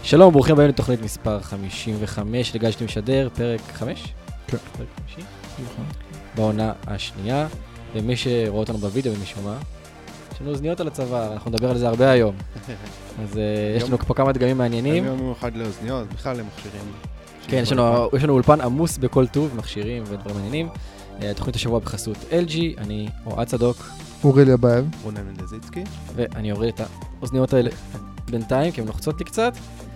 שלום, ברוכים הבאים לתוכנית מספר 55, לגשתי משדר, פרק 5? כן. פרק 5? נכון. בעונה השנייה, ומי שרואה אותנו בווידאו ומי שומע, יש לנו אוזניות על הצוואר, אנחנו נדבר על זה הרבה היום. אז יש לנו פה כמה דגמים מעניינים. היום במיוחד לאוזניות, בכלל למכשירים. כן, יש לנו אולפן עמוס בכל טוב, מכשירים ודברים מעניינים. תוכנית השבוע בחסות LG, אני אוהד צדוק. אוריל יבייב. רונן מנדזיצקי. ואני אוריד את האוזניות האלה בינתיים, כי הן לוחצות לי קצת.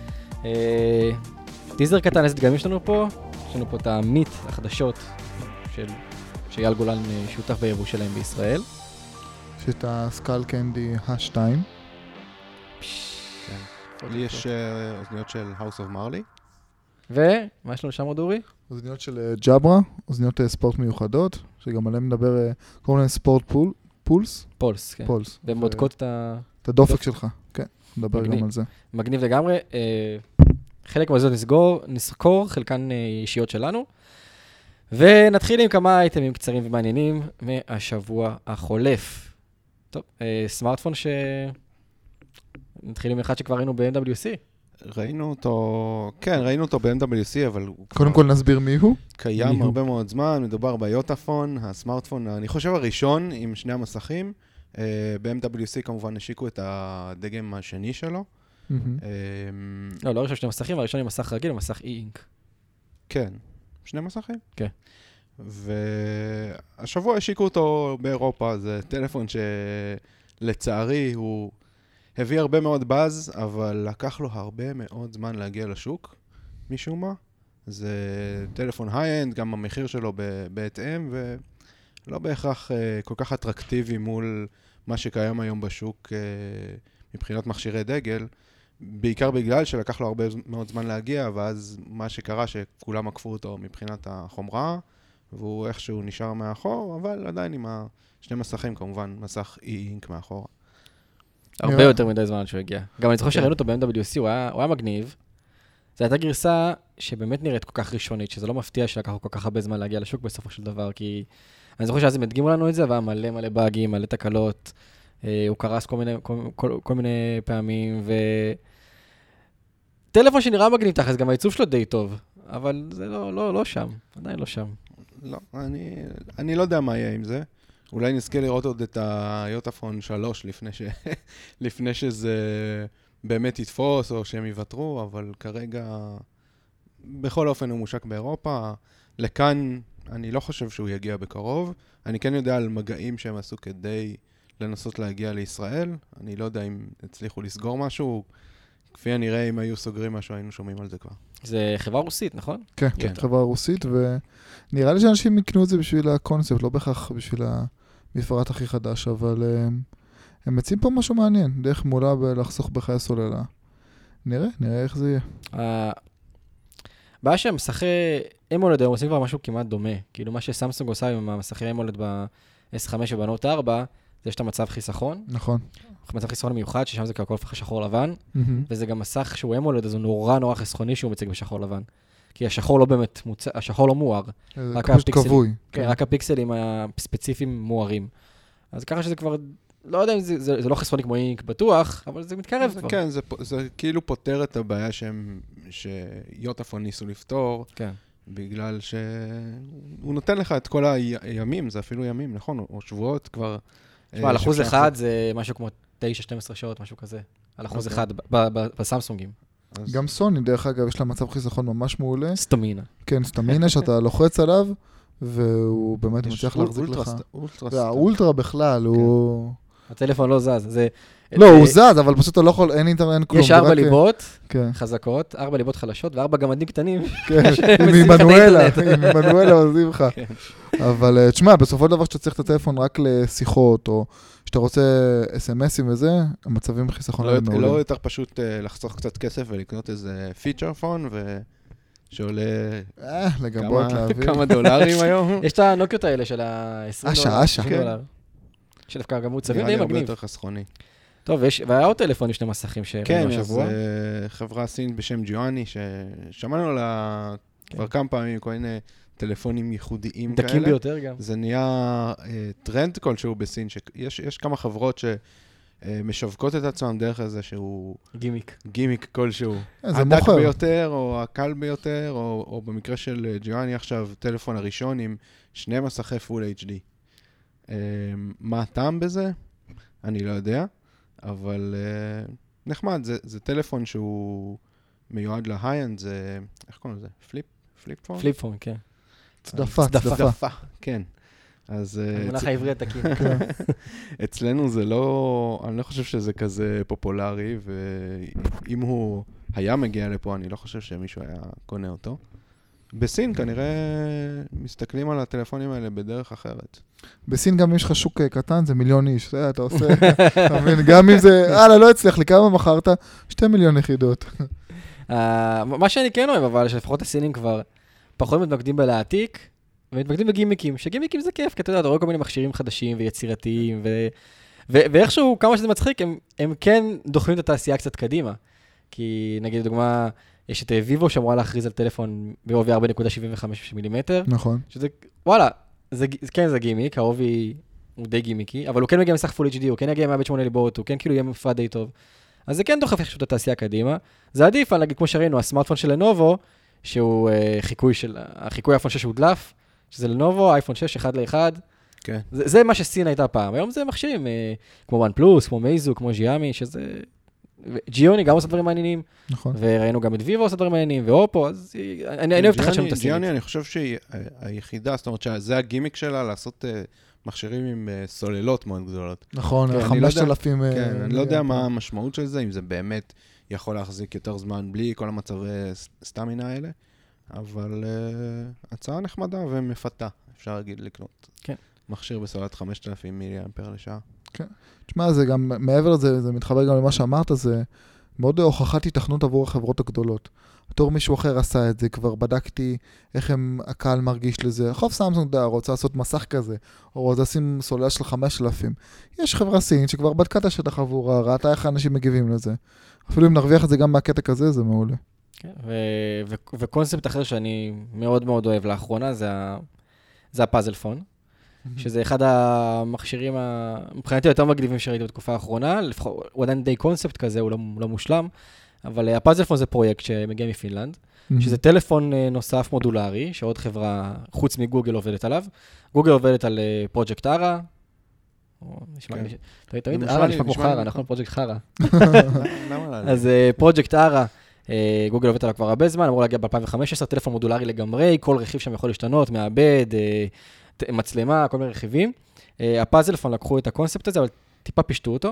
טיזר קטן, איזה דגמים יש לנו פה? יש לנו פה את המיט, החדשות של שאייל גולן שותף ביבוא שלהם בישראל. יש את הסקל קנדי ה-2. לי יש אוזניות של House of Marley. ומה יש לנו שם עוד אורי? אוזניות של ג'אברה, אוזניות ספורט מיוחדות, שגם עליהם נדבר, קוראים להם ספורט פולס. פולס, כן. פולס. והן בודקות את הדופק שלך, כן. נדבר גם על זה. מגניב לגמרי. חלק מהזאת נסקור, חלקן אישיות שלנו. ונתחיל עם כמה אייטמים קצרים ומעניינים מהשבוע החולף. טוב, סמארטפון נתחיל עם אחד שכבר ראינו ב-MWC. ראינו אותו, כן, ראינו אותו ב-MWC, אבל הוא קודם כל נסביר מי הוא. קיים הרבה מאוד זמן, מדובר ביוטאפון, הסמארטפון, אני חושב הראשון עם שני המסכים. ב-MWC כמובן השיקו את הדגם השני שלו. לא ראשון שני מסכים, הראשון עם מסך רגיל ומסך אי-אינק. כן, שני מסכים. כן. והשבוע השיקו אותו באירופה, זה טלפון שלצערי הוא הביא הרבה מאוד באז, אבל לקח לו הרבה מאוד זמן להגיע לשוק, משום מה. זה טלפון היי-אנד, גם המחיר שלו בהתאם, ולא בהכרח כל כך אטרקטיבי מול מה שקיים היום בשוק מבחינת מכשירי דגל, בעיקר בגלל שלקח לו הרבה מאוד זמן להגיע, ואז מה שקרה שכולם עקפו אותו מבחינת החומרה, והוא איכשהו נשאר מאחור, אבל עדיין עם שני מסכים, כמובן, מסך אי-אינק מאחורה. הרבה יותר מדי זמן שהוא הגיע. גם אני זוכר שראינו אותו ב-MWC, הוא היה מגניב. זו הייתה גרסה שבאמת נראית כל כך ראשונית, שזה לא מפתיע שלקח כל כך הרבה זמן להגיע לשוק בסופו של דבר, כי אני זוכר שאז הם הדגימו לנו את זה, והיה מלא באגים, מלא תקלות, הוא קרס כל מיני פעמים, טלפון שנראה מגניב תחת, גם העיצוב שלו די טוב, אבל זה לא שם, עדיין לא שם. לא, אני לא יודע מה יהיה עם זה. אולי נזכה לראות עוד את היוטאפון 3 לפני שזה באמת יתפוס או שהם יוותרו, אבל כרגע בכל אופן הוא מושק באירופה. לכאן אני לא חושב שהוא יגיע בקרוב. אני כן יודע על מגעים שהם עשו כדי לנסות להגיע לישראל. אני לא יודע אם הצליחו לסגור משהו. כפי הנראה, אם היו סוגרים משהו, היינו שומעים על זה כבר. זה חברה רוסית, נכון? כן, חברה רוסית, ונראה לי שאנשים יקנו את זה בשביל הקונספט, לא בהכרח בשביל המפרט הכי חדש, אבל הם מציעים פה משהו מעניין, דרך מולה לחסוך בחיי הסוללה. נראה איך זה יהיה. הבעיה שהמסכי אמולד היום עושים כבר משהו כמעט דומה, כאילו מה שסמסונג עושה עם המסכי אמולד ב-S5 ובנוט 4, זה יש את המצב חיסכון. נכון. מצב חיסכון מיוחד, ששם זה כבר שחור לבן, וזה גם מסך שהוא אמולד, אז הוא נורא חסכוני שהוא מציג בשחור לבן. כי השחור לא באמת השחור לא מואר. זה פשוט כבוי. כן, רק הפיקסלים הספציפיים מוארים. אז ככה שזה כבר, לא יודע אם זה לא חסכוני כמו אינק בטוח, אבל זה מתקרב כבר. כן, זה כאילו פותר את הבעיה שיוטאפון ניסו לפתור, בגלל שהוא נותן לך את כל הימים, זה אפילו ימים, נכון? או שבועות כבר. על אחוז אחד זה משהו כמו 9-12 שעות, משהו כזה. על אחוז אחד בסמסונגים. גם סוני, דרך אגב, יש לה מצב חיסכון ממש מעולה. סטמינה. כן, סטמינה, שאתה לוחץ עליו, והוא באמת מצליח להחזיק לך. האולטרה בכלל, הוא... הטלפון לא זז. לא, הוא זז, אבל פשוט לא יכול, אין אינטרנט, אין כלום. יש 4 ליבות חזקות, 4 ליבות חלשות, ו4 גמדים קטנים. עם מנואלה עוזבים לך. אבל תשמע, בסופו של דבר שאתה צריך את הטלפון רק לשיחות, או שאתה רוצה SMSים וזה, המצבים חיסכון לא מעולים. לא יותר פשוט לחסוך קצת כסף ולקנות איזה פיצ'ר פון, שעולה לגבות להביא. כמה דולרים היום. יש את הנוקיות האלה של $20. אשה. שדווקא גם מוצבים די נראה לי הרבה מגניב. יותר חסכוני. טוב, והיה עוד טלפון עם שני מסכים שראינו השבוע. כן, אז חברה סינית בשם ג'ואני, ששמענו עליה כבר כמה פעמים, כל מיני טלפונים ייחודיים כאלה. דקים ביותר גם. זה נהיה טרנד כלשהו בסין, שיש כמה חברות משווקות את עצמם דרך איזה שהוא... גימיק כלשהו. הדק ביותר, או הקל ביותר, או במקרה של ג'יואני עכשיו, טלפון הראשון עם 2 מסכי פול HD. מה הטעם בזה? אני לא יודע, אבל נחמד, זה טלפון שהוא מיועד להיי-אנד, זה, איך קוראים לזה? פליפ פון? פליפ פון, כן. צדפה. כן. אז... המונח העברי התקין. אצלנו זה לא... אני לא חושב שזה כזה פופולרי, ואם הוא היה מגיע לפה, אני לא חושב שמישהו היה קונה אותו. בסין כנראה מסתכלים על הטלפונים האלה בדרך אחרת. בסין גם אם יש לך שוק קטן, זה 1,000,000 איש. אתה עושה... גם אם זה... לא הצליח לי, כמה מכרת? 2 מיליון יחידות. מה שאני כן אוהב, אבל שלפחות הסינים כבר פחות מתמקדים בלהעתיק, ומתמקדים בגימיקים, שגימיקים זה כיף, כי אתה יודע, אתה רואה כל מיני מכשירים חדשים ויצירתיים, ואיכשהו, כמה שזה מצחיק, הם כן דוחפים את התעשייה קצת קדימה. כי נגיד, לדוגמה, יש את ויבו שאמורה להכריז על טלפון בעובי 4.75 מילימטר. נכון. שזה, וואלה, כן זה גימיק, העובי הוא די גימיקי, אבל הוא כן מגיע מסך פול HD, הוא כן יגיע 108 ליבות, הוא כן כאילו יהיה מפרד די טוב. אז זה כן דוחף איכשהו את התעשייה קדימה. זה עדיף, נגיד, כמו שראינו, הסמארטפון של לנובו, שהוא החיקוי אייפון 6 הודלף, שזה לנובו, אייפון 6, 1:1. כן. זה מה שסין הייתה פעם. היום זה מכשירים, כמו OnePlus, כמו מייזו, כמו ג'יאמי, שזה... ג'יוני גם עושה דברים מעניינים. נכון. וראינו גם את ויבו עושה דברים מעניינים, ואופו, אז אני אוהב את החדשנות הסינית. ג'יאני, אני חושב שהיא היחידה, זאת אומרת שזה הגימיק שלה לעשות מכשירים עם סוללות מאוד גדולות. נכון, 5,000... כן, אני לא יודע מה המשמעות של זה, אם זה באמת יכול להחזיק יותר זמן בלי כל המצבי סטמינה האלה, אבל הצעה נחמדה ומפתה, אפשר להגיד לקנות. כן. מכשיר בסוללת 5,000 מילי אמפר לשעה. כן. תשמע, זה גם, מעבר לזה, זה מתחבר גם למה שאמרת, זה מאוד הוכחת התכנות עבור החברות הגדולות. בתור מישהו אחר עשה את זה, כבר בדקתי איך הקהל מרגיש לזה. חוב סמסונג רוצה לעשות מסך כזה, או רוצה לשים סוללה של 5,000. יש חברה סינית שכבר בדקה את השטח עבורה, ראתה איך האנשים מגיבים לזה. אפילו אם נרוויח את זה גם מהקטע כזה, זה מעולה. כן, וקונספט אחר שאני מאוד מאוד אוהב לאחרונה, זה הפאזל פון. שזה אחד המכשירים, מבחינתי יותר מגניבים שראיתי בתקופה האחרונה, הוא עדיין די קונספט כזה, הוא לא מושלם, אבל הפאזלפון זה פרויקט שמגיע מפינלנד, שזה טלפון נוסף מודולרי, שעוד חברה חוץ מגוגל עובדת עליו. גוגל עובדת על פרויקט ארה, תמיד ארה נשמע כמו חרה, נכון? פרויקט חרה. אז פרויקט ארה, גוגל עובדת עליו כבר הרבה זמן, אמור להגיע ב-2015, טלפון מודולרי לגמרי, כל רכיב שם יכול להשתנות, מעבד, מצלמה, כל מיני רכיבים. הפאזלפון לקחו את הקונספט הזה, אבל טיפה פשטו אותו.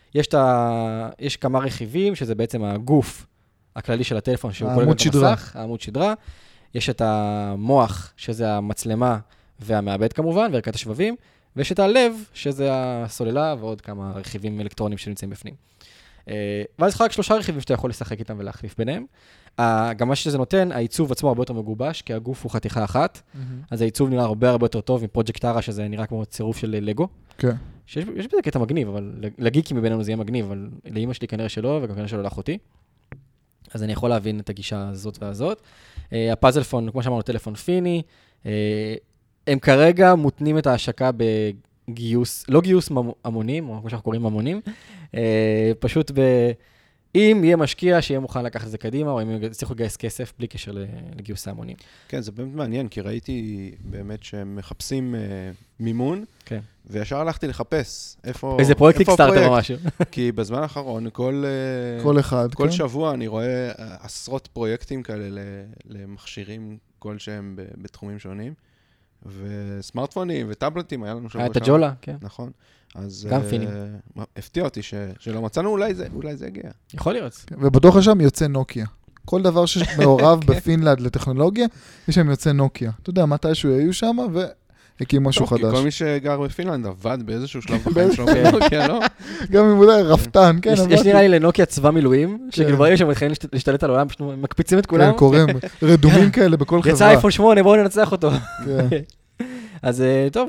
יש כמה רכיבים, שזה בעצם הגוף הכללי של הטלפון, שהוא כולל את המסך, העמוד שדרה. יש את המוח, שזה המצלמה והמעבד כמובן, וערכת השבבים, ויש את הלב, שזה הסוללה, ועוד כמה רכיבים אלקטרונים שנמצאים בפנים. ואז יש רק 3 רכיבים שאתה יכול לשחק איתם ולהחליף ביניהם. גם מה שזה נותן, העיצוב עצמו הרבה יותר מגובש, כי הגוף הוא חתיכה אחת, אז העיצוב נראה הרבה יותר טוב מפרויקט ארה, שזה נראה כמו צירוף של לגו. כן. יש בזה קטע מגניב, אבל לגיקים מבינינו זה יהיה מגניב, אבל לאמא שלי כנראה שלא, וגם כנראה שלא לאחותי. אז אני יכול להבין את הגישה הזאת והזאת. הפאזלפון, כמו שאמרנו, טלפון פיני, הם כרגע מותנים את ההשקה בגיוס, לא גיוס המונים, או כמו שאנחנו קוראים המונים, פשוט אם יהיה משקיע שיהיה מוכן לקחת את זה קדימה, או אם יצליחו לגייס כסף בלי קשר לגיוס ההמונים. כן, זה באמת מעניין, כי ראיתי באמת שהם מחפשים מימון, כן. וישר הלכתי לחפש איפה... איזה פרויקט קיקסטארטר או משהו. כי בזמן האחרון, כל שבוע אני רואה עשרות פרויקטים כאלה למכשירים כלשהם בתחומים שונים, וסמארטפונים וטאבלטים, היה לנו שבוע היה את הג'ולה, כן. נכון. אז גם פינים. הפתיע אותי שלא מצאנו, אולי זה הגיע. יכול להיות. ובדוח השם יוצא נוקיה. כל דבר שמעורב בפינלנד לטכנולוגיה, יש שם יוצא נוקיה. אתה יודע, מתישהו היו שם והקים משהו חדש. כי כל מי שגר בפינלנד עבד באיזשהו שלב בחיים שלו בנוקיה, לא? גם אם הוא די רפתן, כן. יש נראה לי לנוקיה צבא מילואים, שכאילו ברגע שהם מתחילים להשתלט על העולם, פשוט מקפיצים את כולם. כן, קוראים רדומים כאלה בכל חברה. יצא אייפון 8, בואו ננצח אותו. אז טוב,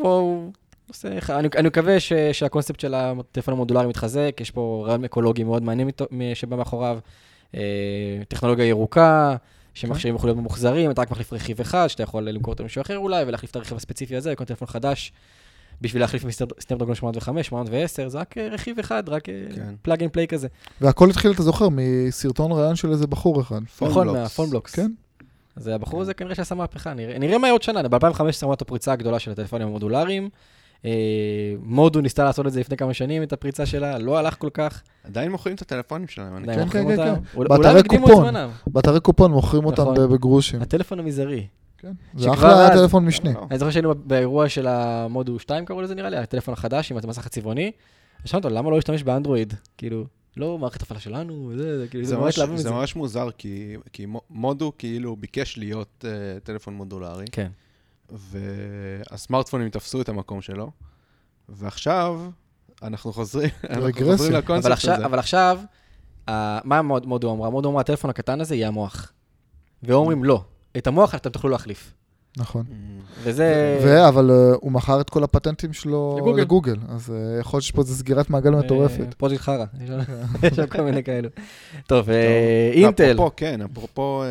אני מקווה שהקונספט של הטלפון המודולרי מתחזק, יש פה רעיון אקולוגי מאוד מעניין שבא מאחוריו, טכנולוגיה ירוקה, שמכשירים יכולים להיות ממוחזרים, אתה רק מחליף רכיב אחד, שאתה יכול למכור אותו למישהו אחר אולי, ולהחליף את הרכיב הספציפי הזה, לקנות טלפון חדש, בשביל להחליף מסנאפדרגון 805, 810, זה רק רכיב אחד, רק כן. פלאג אנד פליי כזה. והכל התחיל, אתה זוכר, מסרטון ראיון של איזה בחור אחד. נכון, מהפונבלוקס. כן. אז הבחור הזה כנראה שעשה מהפכה, נראה מה עוד שנה, ב-2015 אמרה את הפריצה הגדולה של הטלפונים המודולריים, מודו ניסתה לעשות את זה לפני כמה שנים, את הפריצה שלה, לא הלך כל כך. עדיין מוכרים את הטלפונים שלהם. עדיין כן, מוכרים כן, אותם. כן. אולי באתרי הקדימו את קופון. זמנם. באתרי קופון מוכרים אותם נכון. בגרושים. הטלפון המזערי. כן. שכבר זה אחלה אז- טלפון משנה. אני זוכר שהיינו באירוע של המודו 2, קראו לזה נראה לי, הטלפון החדש עם המסך הצבעוני. ושאלנו אותו, למה לא להשתמש באנדרואיד? כאילו, לא מערכת הפעלה שלנו, כאילו, זה ממש להבין זה מזה. ממש מוזר, כי מודו כאילו ביקש להיות טלפון מודולרי, כן. והסמארטפונים תפסו את המקום שלו, ועכשיו אנחנו חוזרים רגרסיה. לקונספט הזה. אבל עכשיו, מה מודו אמרה? מודו אמרה, הטלפון הקטן הזה יהיה המוח. ואומרים, לא, את המוח אתם תוכלו להחליף. נכון. וזה... אבל הוא מכר את כל הפטנטים שלו לגוגל. לגוגל, אז יכול להיות שפה איזה סגירת מעגל מטורפת. פרויקט חרא, יש שם כל מיני כאלו. טוב, אינטל. אפרופו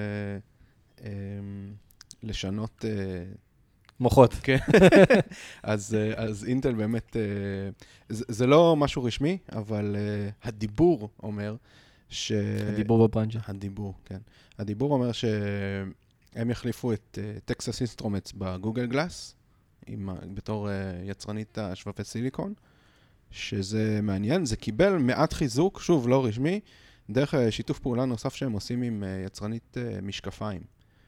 לשנות... מוחות. כן. אז אינטל באמת, זה לא משהו רשמי, אבל הדיבור אומר ש... הדיבור בפרנג'ה. הדיבור, כן. הדיבור אומר שהם יחליפו את טקסס אינסטרומנטס בגוגל גלאס, בתור יצרנית השבבי סיליקון, שזה מעניין. זה קיבל מעט חיזוק, שוב, לא רשמי, דרך שיתוף פעולה נוסף שהם עושים עם יצרנית משקפיים.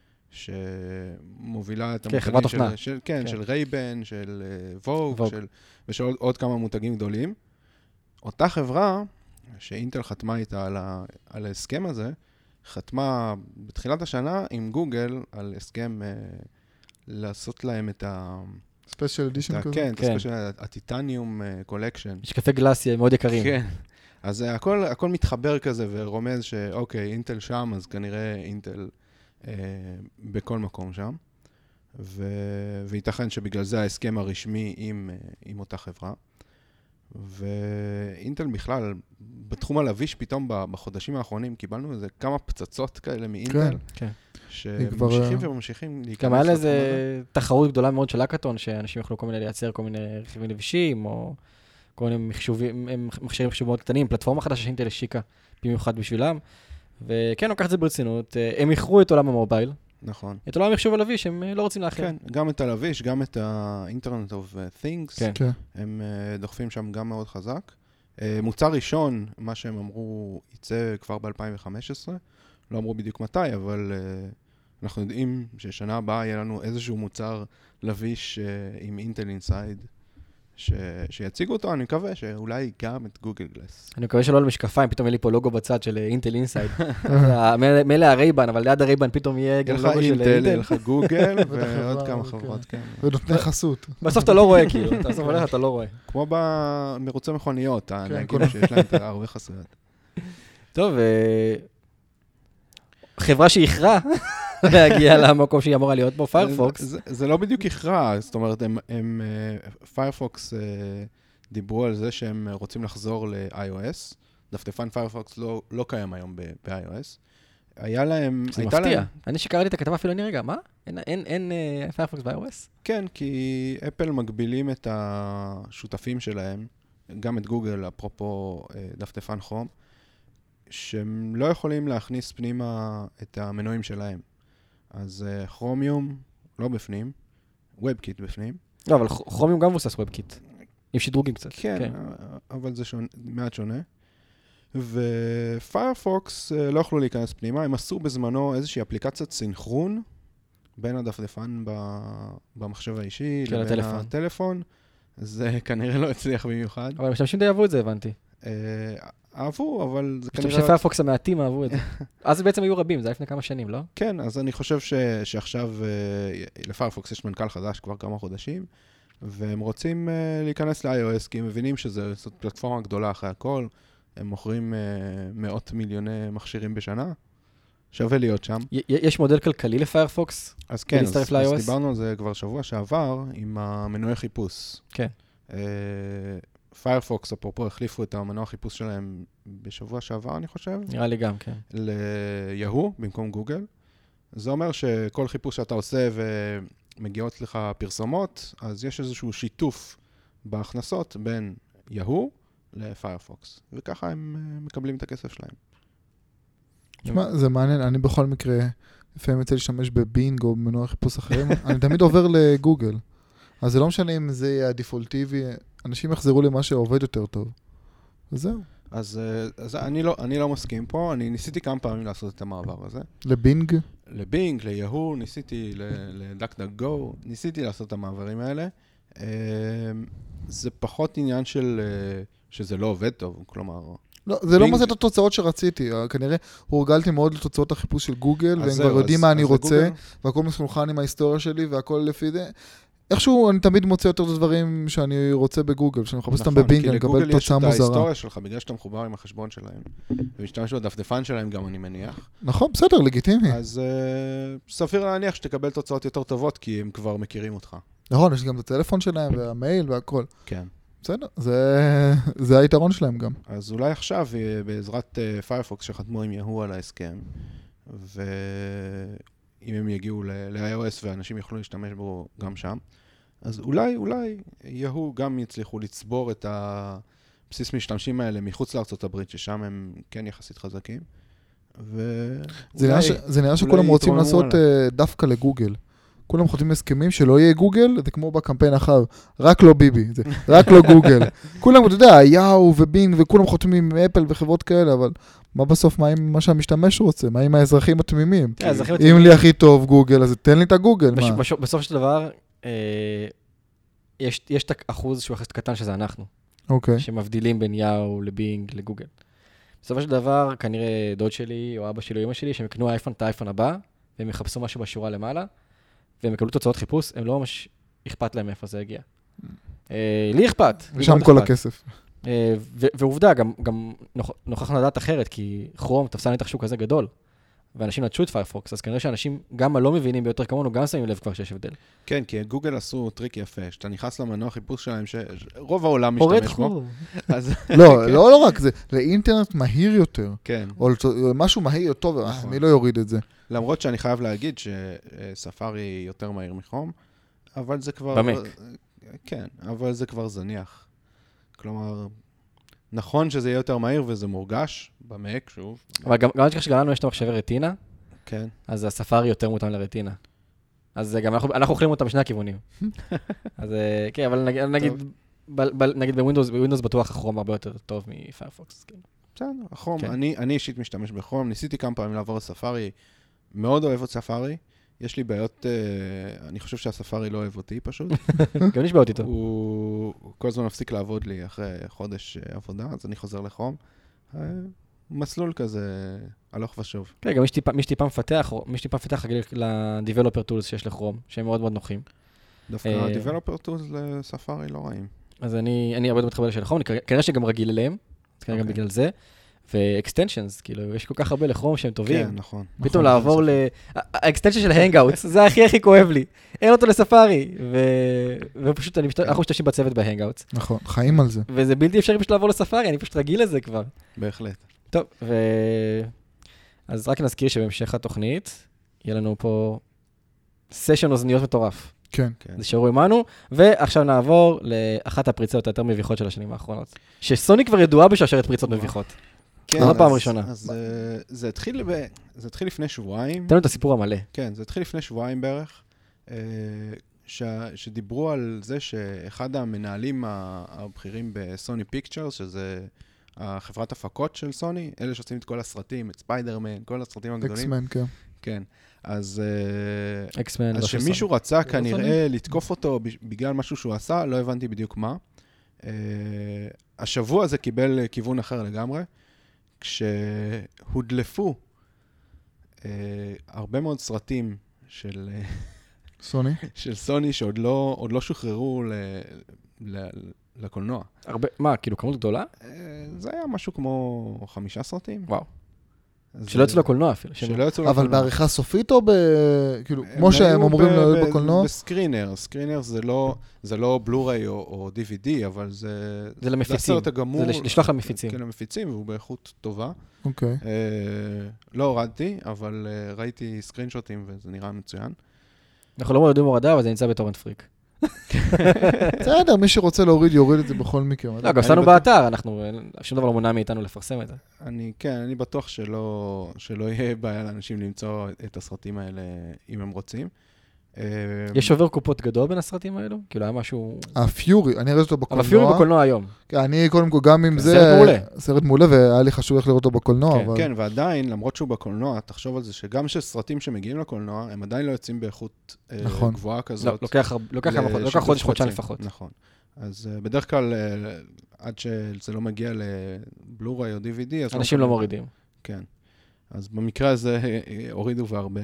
שמובילה את חברת אופנה. של רייבן, של ווג, ושל עוד כמה מותגים גדולים. אותה חברה, שאינטל חתמה איתה על ההסכם הזה, חתמה בתחילת השנה עם גוגל על הסכם לעשות להם את ה... ספיישל אדישן כזה? כן, את הספיישל, הטיטניום קולקשן. משקפי גלאסי מאוד יקרים. כן. אז הכל מתחבר כזה ורומז שאוקיי, אינטל שם, אז כנראה אינטל... בכל מקום שם, וייתכן שבגלל זה ההסכם הרשמי עם אותה חברה. ואינטל בכלל, בתחום הלביש פתאום בחודשים האחרונים, קיבלנו איזה כמה פצצות כאלה מאינטל, כן. שממשיכים וממשיכים להיכנס. גם היה לזה תחרות גדולה מאוד של הקאטון, שאנשים יכלו כל מיני לייצר כל מיני רכיבים לבישים, או כל מיני מכשירים מחשוב מאוד קטנים, פלטפורמה חדשה שאינטל השיקה במיוחד בשבילם. וכן, לוקח את זה ברצינות. הם יכרו את עולם המובייל. נכון. את עולם המחשוב הלביש, הם לא רוצים לאחר. כן, גם את הלביש, גם את ה-Internet of Things. כן. הם דוחפים שם גם מאוד חזק. מוצר ראשון, מה שהם אמרו, יצא כבר ב-2015. לא אמרו בדיוק מתי, אבל אנחנו יודעים ששנה הבאה יהיה לנו איזשהו מוצר לביש עם אינטל אינסייד. שיציגו אותו, אני מקווה שאולי גם את גוגל גלאס. אני מקווה שלא על משקפיים, פתאום יהיה לי פה לוגו בצד של אינטל אינסייד. מלא הרייבן, אבל ליד הרייבן פתאום יהיה גם לוגו של אינטל. יהיה לך גוגל ועוד כמה חברות, כן. ונותני חסות. בסוף אתה לא רואה, כאילו. אתה בסוף הולך, אתה לא רואה. כמו במרוצי מכוניות, הנהגים שיש להם הרבה חסויות. טוב, חברה שאיחרה להגיע למקום שהיא אמורה להיות בו, פיירפוקס. זה לא בדיוק הכרע, זאת אומרת, פיירפוקס דיברו על זה שהם רוצים לחזור ל-iOS, דפדפן פיירפוקס לא קיים היום ב-iOS. היה להם... זה מפתיע. אני שקראתי את הכתבה אפילו, אני רגע, מה? אין פיירפוקס ב-iOS? כן, כי אפל מגבילים את השותפים שלהם, גם את גוגל, אפרופו דפדפן כרום, שהם לא יכולים להכניס פנימה את המנועים שלהם. אז כרומיום לא בפנים, WebKit בפנים. לא, אבל כרומיום גם מבוסס WebKit, עם שדרוגים קצת. כן, אבל זה מעט שונה. ופיירפוקס לא יכלו להיכנס פנימה, הם עשו בזמנו איזושהי אפליקציית סינכרון בין הדפדפן במחשב האישי לבין הטלפון. זה כנראה לא הצליח במיוחד. אבל המשתמשים די אהבו את זה, הבנתי. אהבו, אבל זה כנראה... משתמשי פיירפוקס המעטים אהבו את זה. אז בעצם היו רבים, זה היה לפני כמה שנים, לא? כן, אז אני חושב שעכשיו לפיירפוקס יש מנכ"ל חדש כבר כמה חודשים, והם רוצים להיכנס ל-iOS, כי הם מבינים שזאת פלטפורמה גדולה אחרי הכל, הם מוכרים מאות מיליוני מכשירים בשנה, שווה להיות שם. יש מודל כלכלי לפיירפוקס? אז כן, אז דיברנו על זה כבר שבוע שעבר, עם המנועי חיפוש. כן. פיירפוקס, אפרופו, החליפו את המנוע חיפוש שלהם בשבוע שעבר, אני חושב. נראה לי גם, כן. ליהו, במקום גוגל. זה אומר שכל חיפוש שאתה עושה מגיעות לך פרסומות, אז יש איזשהו שיתוף בהכנסות בין יהו לפיירפוקס, וככה הם מקבלים את הכסף שלהם. תשמע, זה מעניין, אני בכל מקרה, לפעמים יוצא להשתמש בבינג או במנוע חיפוש אחרים, אני תמיד עובר לגוגל. אז זה לא משנה אם זה יהיה הדפולטיבי, אנשים יחזרו למה שעובד יותר טוב. וזהו. אז אני לא מסכים פה, אני ניסיתי כמה פעמים לעשות את המעבר הזה. לבינג? לבינג, ליהו, ניסיתי לדאק-דאק-גו, ניסיתי לעשות את המעברים האלה. זה פחות עניין של שזה לא עובד טוב, כלומר... לא, זה לא מוצא את התוצאות שרציתי, כנראה הורגלתי מאוד לתוצאות החיפוש של גוגל, והם כבר יודעים מה אני רוצה, והכל מסונכרן עם ההיסטוריה שלי, והכל לפי זה. איכשהו אני תמיד מוצא יותר את הדברים שאני רוצה בגוגל, שאני מחפש אותם בבינג, אני מקבל תוצאה מוזרה. כי לגוגל יש את ההיסטוריה שלך, בגלל שאתה מחובר עם החשבון שלהם, ומשתמש בדפדפן שלהם גם, אני מניח. נכון, בסדר, לגיטימי. אז סביר להניח שתקבל תוצאות יותר טובות, כי הם כבר מכירים אותך. נכון, יש גם את הטלפון שלהם, והמייל והכל. כן. בסדר, זה היתרון שלהם גם. אז אולי עכשיו, בעזרת פיירפוקס שחתמו עם יהו על ההסכם, ואם הם יגיעו ל-iOS ואנשים יוכלו להשתמש בו גם שם, אז אולי יהו גם יצליחו לצבור את הבסיס משתמשים האלה מחוץ לארצות הברית, ששם הם כן יחסית חזקים. זה נראה שכולם רוצים לעשות דווקא לגוגל. כולם חותמים הסכמים שלא יהיה גוגל, זה כמו בקמפיין אחר, רק לא ביבי, זה רק לא גוגל. כולם, אתה יודע, יאו ובינג, וכולם חותמים עם אפל וחברות כאלה, אבל מה בסוף, מה עם מה שהמשתמש רוצה? מה עם האזרחים התמימים? אם לי הכי טוב גוגל, אז תן לי את הגוגל, מה? בסוף של דבר, יש את האחוז שהוא יחסית קטן שזה אנחנו. אוקיי. שמבדילים בין יאו לבינג לגוגל. בסופו של דבר, כנראה דוד שלי או אבא שלי או אמא שלי, שהם יקנו את האייפון הבא, והם יחפשו משהו בשורה למעלה, והם יקבלו תוצאות חיפוש, הם לא ממש אכפת להם איפה זה הגיע. לי אכפת. ושם כל הכסף. ועובדה, גם נוכחנו לדעת אחרת, כי כרום תפסה נתח שוק כזה גדול, ואנשים נטשו את פיירפוקס, אז כנראה שאנשים, גם הלא מבינים ביותר כמונו, גם שמים לב כבר שיש הבדל. כן, כי גוגל עשו טריק יפה, שאתה נכנס למנוע חיפוש שלהם, שרוב העולם משתמש בו. לא רק זה, לאינטרנט מהיר יותר. כן. או משהו מהיר טוב, מי לא יוריד את זה. למרות שאני חייב להגיד שספארי יותר מהיר מחום, אבל זה כבר... במק. כן, אבל זה כבר זניח. כלומר, נכון שזה יהיה יותר מהיר וזה מורגש במק, שוב. אבל גם כשגלנו יש את המחשבי רטינה, כן. אז הספארי יותר מותאם לרטינה. אז גם אנחנו אוכלים אותם בשני הכיוונים. אז כן, אבל נגיד בווינדוס בטוח הכרום הרבה יותר טוב מפיירפוקס. בסדר, הכרום. אני אישית משתמש בכרום, ניסיתי כמה פעמים לעבור לספארי, מאוד אוהב את ספארי. יש לי בעיות, אני חושב שהספארי לא אוהב אותי פשוט. גם יש בעיות איתו. הוא כל הזמן מפסיק לעבוד לי אחרי חודש עבודה, אז אני חוזר לכרום. מסלול כזה, הלוך ושוב. כן, גם מי שטיפה מפתח ל-Developer Tools שיש לכרום, שהם מאוד מאוד נוחים. דווקא ה-Developer Tools לספארי לא רעים. אז אני הרבה מתחבר לשל לכרום, כנראה שגם רגיל אליהם, אז כנראה גם בגלל זה. ו-extensions, כאילו, יש כל כך הרבה לכרום שהם טובים. כן, נכון. פתאום לעבור ה-extension של Hangouts, זה הכי כואב לי. אין אותו לספארי, ופשוט אנחנו משתמשים בצוות ב-Hangouts. נכון, חיים על זה. וזה בלתי אפשרי פשוט לעבור לספארי, אני פשוט רגיל לזה כבר. בהחלט. טוב, אז רק נזכיר שבהמשך התוכנית, יהיה לנו פה סשן אוזניות מטורף. כן. זה שערו עמנו, ועכשיו נעבור לאחת הפריצות היותר מביכות של השנים האחרונות. שסוני כבר ידועה בשרשרת פריצות מביכות. כן, לא פעם ראשונה. אז זה התחיל לפני שבועיים. תן לנו את הסיפור המלא. כן, זה התחיל לפני שבועיים בערך, שדיברו על זה שאחד המנהלים הבכירים בסוני פיקצ'רס, שזה החברת הפקות של סוני, אלה שעושים את כל הסרטים, את ספיידרמן, כל הסרטים הגדולים. אקסמן, כן. כן. אז שמישהו רצה כנראה לתקוף אותו בגלל משהו שהוא עשה, לא הבנתי בדיוק מה. השבוע הזה קיבל כיוון אחר לגמרי, כשהודלפו הרבה מאוד סרטים של סוני שעוד לא שוחררו לקולנוע. מה, כאילו כמות גדולה? זה היה משהו כמו 5 סרטים. וואו. שלא יצאו לקולנוע אפילו. אבל בעריכה סופית או כאילו, כמו שהם אומרים בקולנוע? בסקרינר. סקרינר זה לא בלוריי או DVD, אבל זה למפיצים. הסרט הגמור. זה לשלוח למפיצים. כן, למפיצים, והוא באיכות טובה. אוקיי. לא הורדתי, אבל ראיתי סקרינשוטים וזה נראה מצוין. אנחנו לא מורידים הורדה, אבל זה נמצא בטורנט פריק. בסדר, מי שרוצה להוריד, יוריד את זה בכל מקרה. לא, גם עשינו באתר, שום דבר לא מונע מאיתנו לפרסם את זה. אני בטוח שלא יהיה בעיה לאנשים למצוא את הסרטים האלה אם הם רוצים. יש שובר קופות גדול בין הסרטים האלו? כאילו היה משהו... הפיורי, אני ראיתי אותו בקולנוע. אבל הפיורי בקולנוע היום. אני קודם כל, גם אם זה... סרט מעולה. סרט מעולה, והיה לי חשוב איך לראות אותו בקולנוע. כן, ועדיין, למרות שהוא בקולנוע, תחשוב על זה שגם שסרטים שמגיעים לקולנוע, הם עדיין לא יוצאים באיכות גבוהה כזאת. לוקח חודש, חודשיים לפחות. נכון. אז בדרך כלל, עד שזה לא מגיע לבלוריי או DVD, אנשים לא מורידים. כן. אז במקרה הזה הורידו והרבה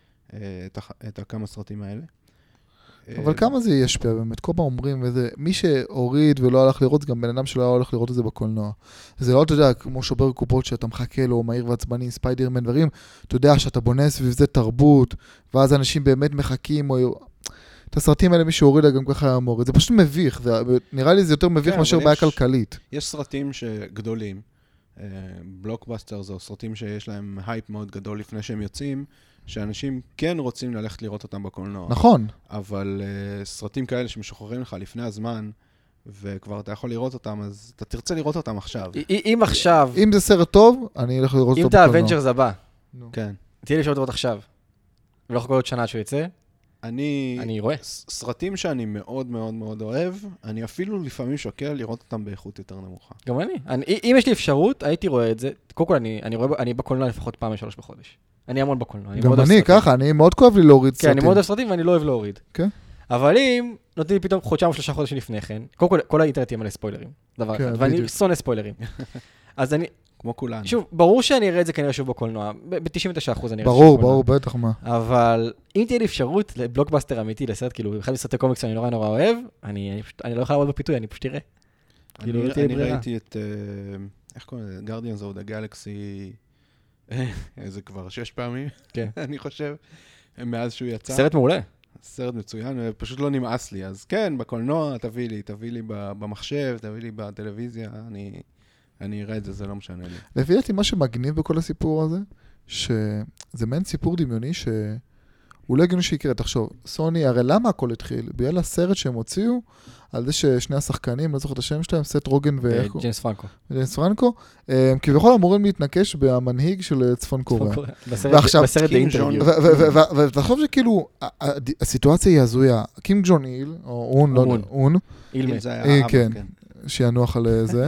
את כמה סרטים האלה. אבל כמה זה ישפיע באמת? כל פעם אומרים, מי שהוריד ולא הלך לראות, זה גם בן אדם שלא היה הולך לראות את זה בקולנוע. זה לא, אתה יודע, כמו שובר קופות שאתה מחכה לו, מהיר ועצבני, ספיידרמן, דברים, אתה יודע שאתה בונה סביב זה תרבות, ואז אנשים באמת מחכים, את הסרטים האלה מי שהוריד גם ככה היה מוריד. זה פשוט מביך, נראה לי זה יותר מביך מאשר בעיה כלכלית. יש סרטים שגדולים, בלוקבאסטר זה סרטים שיש להם הייפ מאוד גדול לפני שהם יוצאים, שאנשים כן רוצים ללכת לראות אותם בקולנוע. נכון. אבל סרטים כאלה שמשוחררים לך לפני הזמן, וכבר אתה יכול לראות אותם, אז אתה תרצה לראות אותם עכשיו. אם עכשיו... אם זה סרט טוב, אני אלך לראות אותו בקולנוע. אם אתה האבנג'רס הבא, כן. תהיה לי אפשרות לראות עכשיו, ולא חכו עוד שנה שהוא יצא, אני רואה. סרטים שאני מאוד מאוד מאוד אוהב, אני אפילו לפעמים שוקל לראות אותם באיכות יותר נמוכה. גם אם יש לי אפשרות, הייתי רואה את זה. קודם כל, אני בקולנוע לפחות פעם 3 בחודש. אני המון בקולנוע. גם אני, ככה, אני מאוד כואב לי להוריד סרטים. כן, אני מאוד אוהב סרטים ואני לא אוהב להוריד. כן. אבל אם נותנים לי פתאום חודשיים או 3 חודשים לפני כן, קודם כל, כל האינטרנט יהיה מלא ספוילרים. דבר אחד. ואני שונא ספוילרים. אז אני... כמו כולנו. שוב, ברור שאני אראה את זה כנראה שוב בקולנוע. ב-99% אני אראה שוב בקולנוע. ברור, בטח מה. אבל אם תהיה לי אפשרות לבלוקבאסטר אמיתי, לסרט, כאילו, אחד מסרטי קומיקס שאני נורא נורא אוהב, אני לא יכול לעבוד בפיתוי, אני פשוט אראה. אני ראיתי את, איך קוראים לזה? Guardians of the Galaxy, זה כבר 6 פעמים, אני חושב, מאז שהוא יצא. סרט מעולה. סרט מצוין, פשוט לא נמאס לי. אז כן, בקולנוע תביא לי במחשב, תביא לי בטלוויזיה, אני אראה את זה, זה לא משנה לי. לפי דעתי, מה שמגניב בכל הסיפור הזה, שזה מעין סיפור דמיוני שהוא לא הגיוני שיקרה. תחשוב, סוני, הרי למה הכל התחיל? בגלל הסרט שהם הוציאו, על זה ששני השחקנים, לא זוכר את השם שלהם, סט רוגן ג'יימס פרנקו. ג'יימס פרנקו, כביכול אמורים להתנקש במנהיג של צפון קוריאה. בסרט האינטרוויו. ותחשוב שכאילו, הסיטואציה היא הזויה. קים ג'ון איל, או און, כן, שינוח על זה,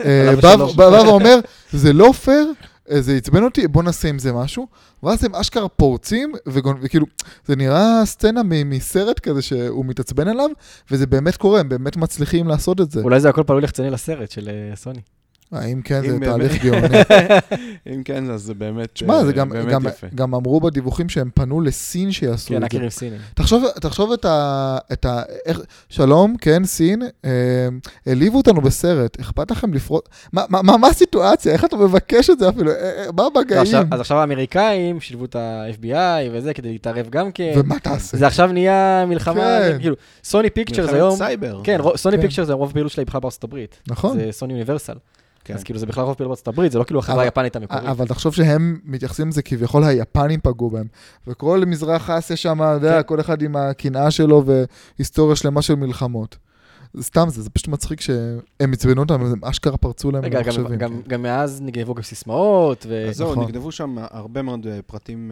בא ואומר, זה לא פייר, זה יצבן אותי, בוא נעשה עם זה משהו, ואז הם אשכרה פורצים, וכאילו, זה נראה סצנה מסרט כזה שהוא מתעצבן עליו, וזה באמת קורה, הם באמת מצליחים לעשות את זה. אולי זה הכל פעלו לחצני לסרט של סוני. אם כן, זה תהליך גאוני. אם כן, אז זה באמת יפה. שמה, זה גם אמרו בדיווחים שהם פנו לסין שיעשו את זה. כן, הכירים סינים. תחשוב את שלום, כן, סין, העליבו אותנו בסרט, אכפת לכם לפרוט, מה הסיטואציה? איך אתה מבקש את זה אפילו? מה הבגאים? אז עכשיו האמריקאים שילבו את ה-FBI וזה, כדי להתערב גם כן. ומה תעשה? זה עכשיו נהיה מלחמה, כאילו, סוני פיקצ'רס היום... מלחמת סייבר. כן, סוני פיקצ'רס זה רוב פעילות שלה בכלל בארצות הברית. נכון. זה סוני אוניברסל. אז כאילו זה בכלל רוב פעילות בארצות הברית, זה לא כאילו החברה היפנית המקורית. אבל תחשוב שהם מתייחסים לזה כביכול היפנים פגעו בהם. וכל מזרח אסיה שם, כל אחד עם הקנאה שלו והיסטוריה שלמה של מלחמות. סתם זה פשוט מצחיק שהם הצבנו אותם, הם אשכרה פרצו להם במחשבים. גם מאז נגנבו גם סיסמאות. אז זהו, נגנבו שם הרבה מאוד פרטים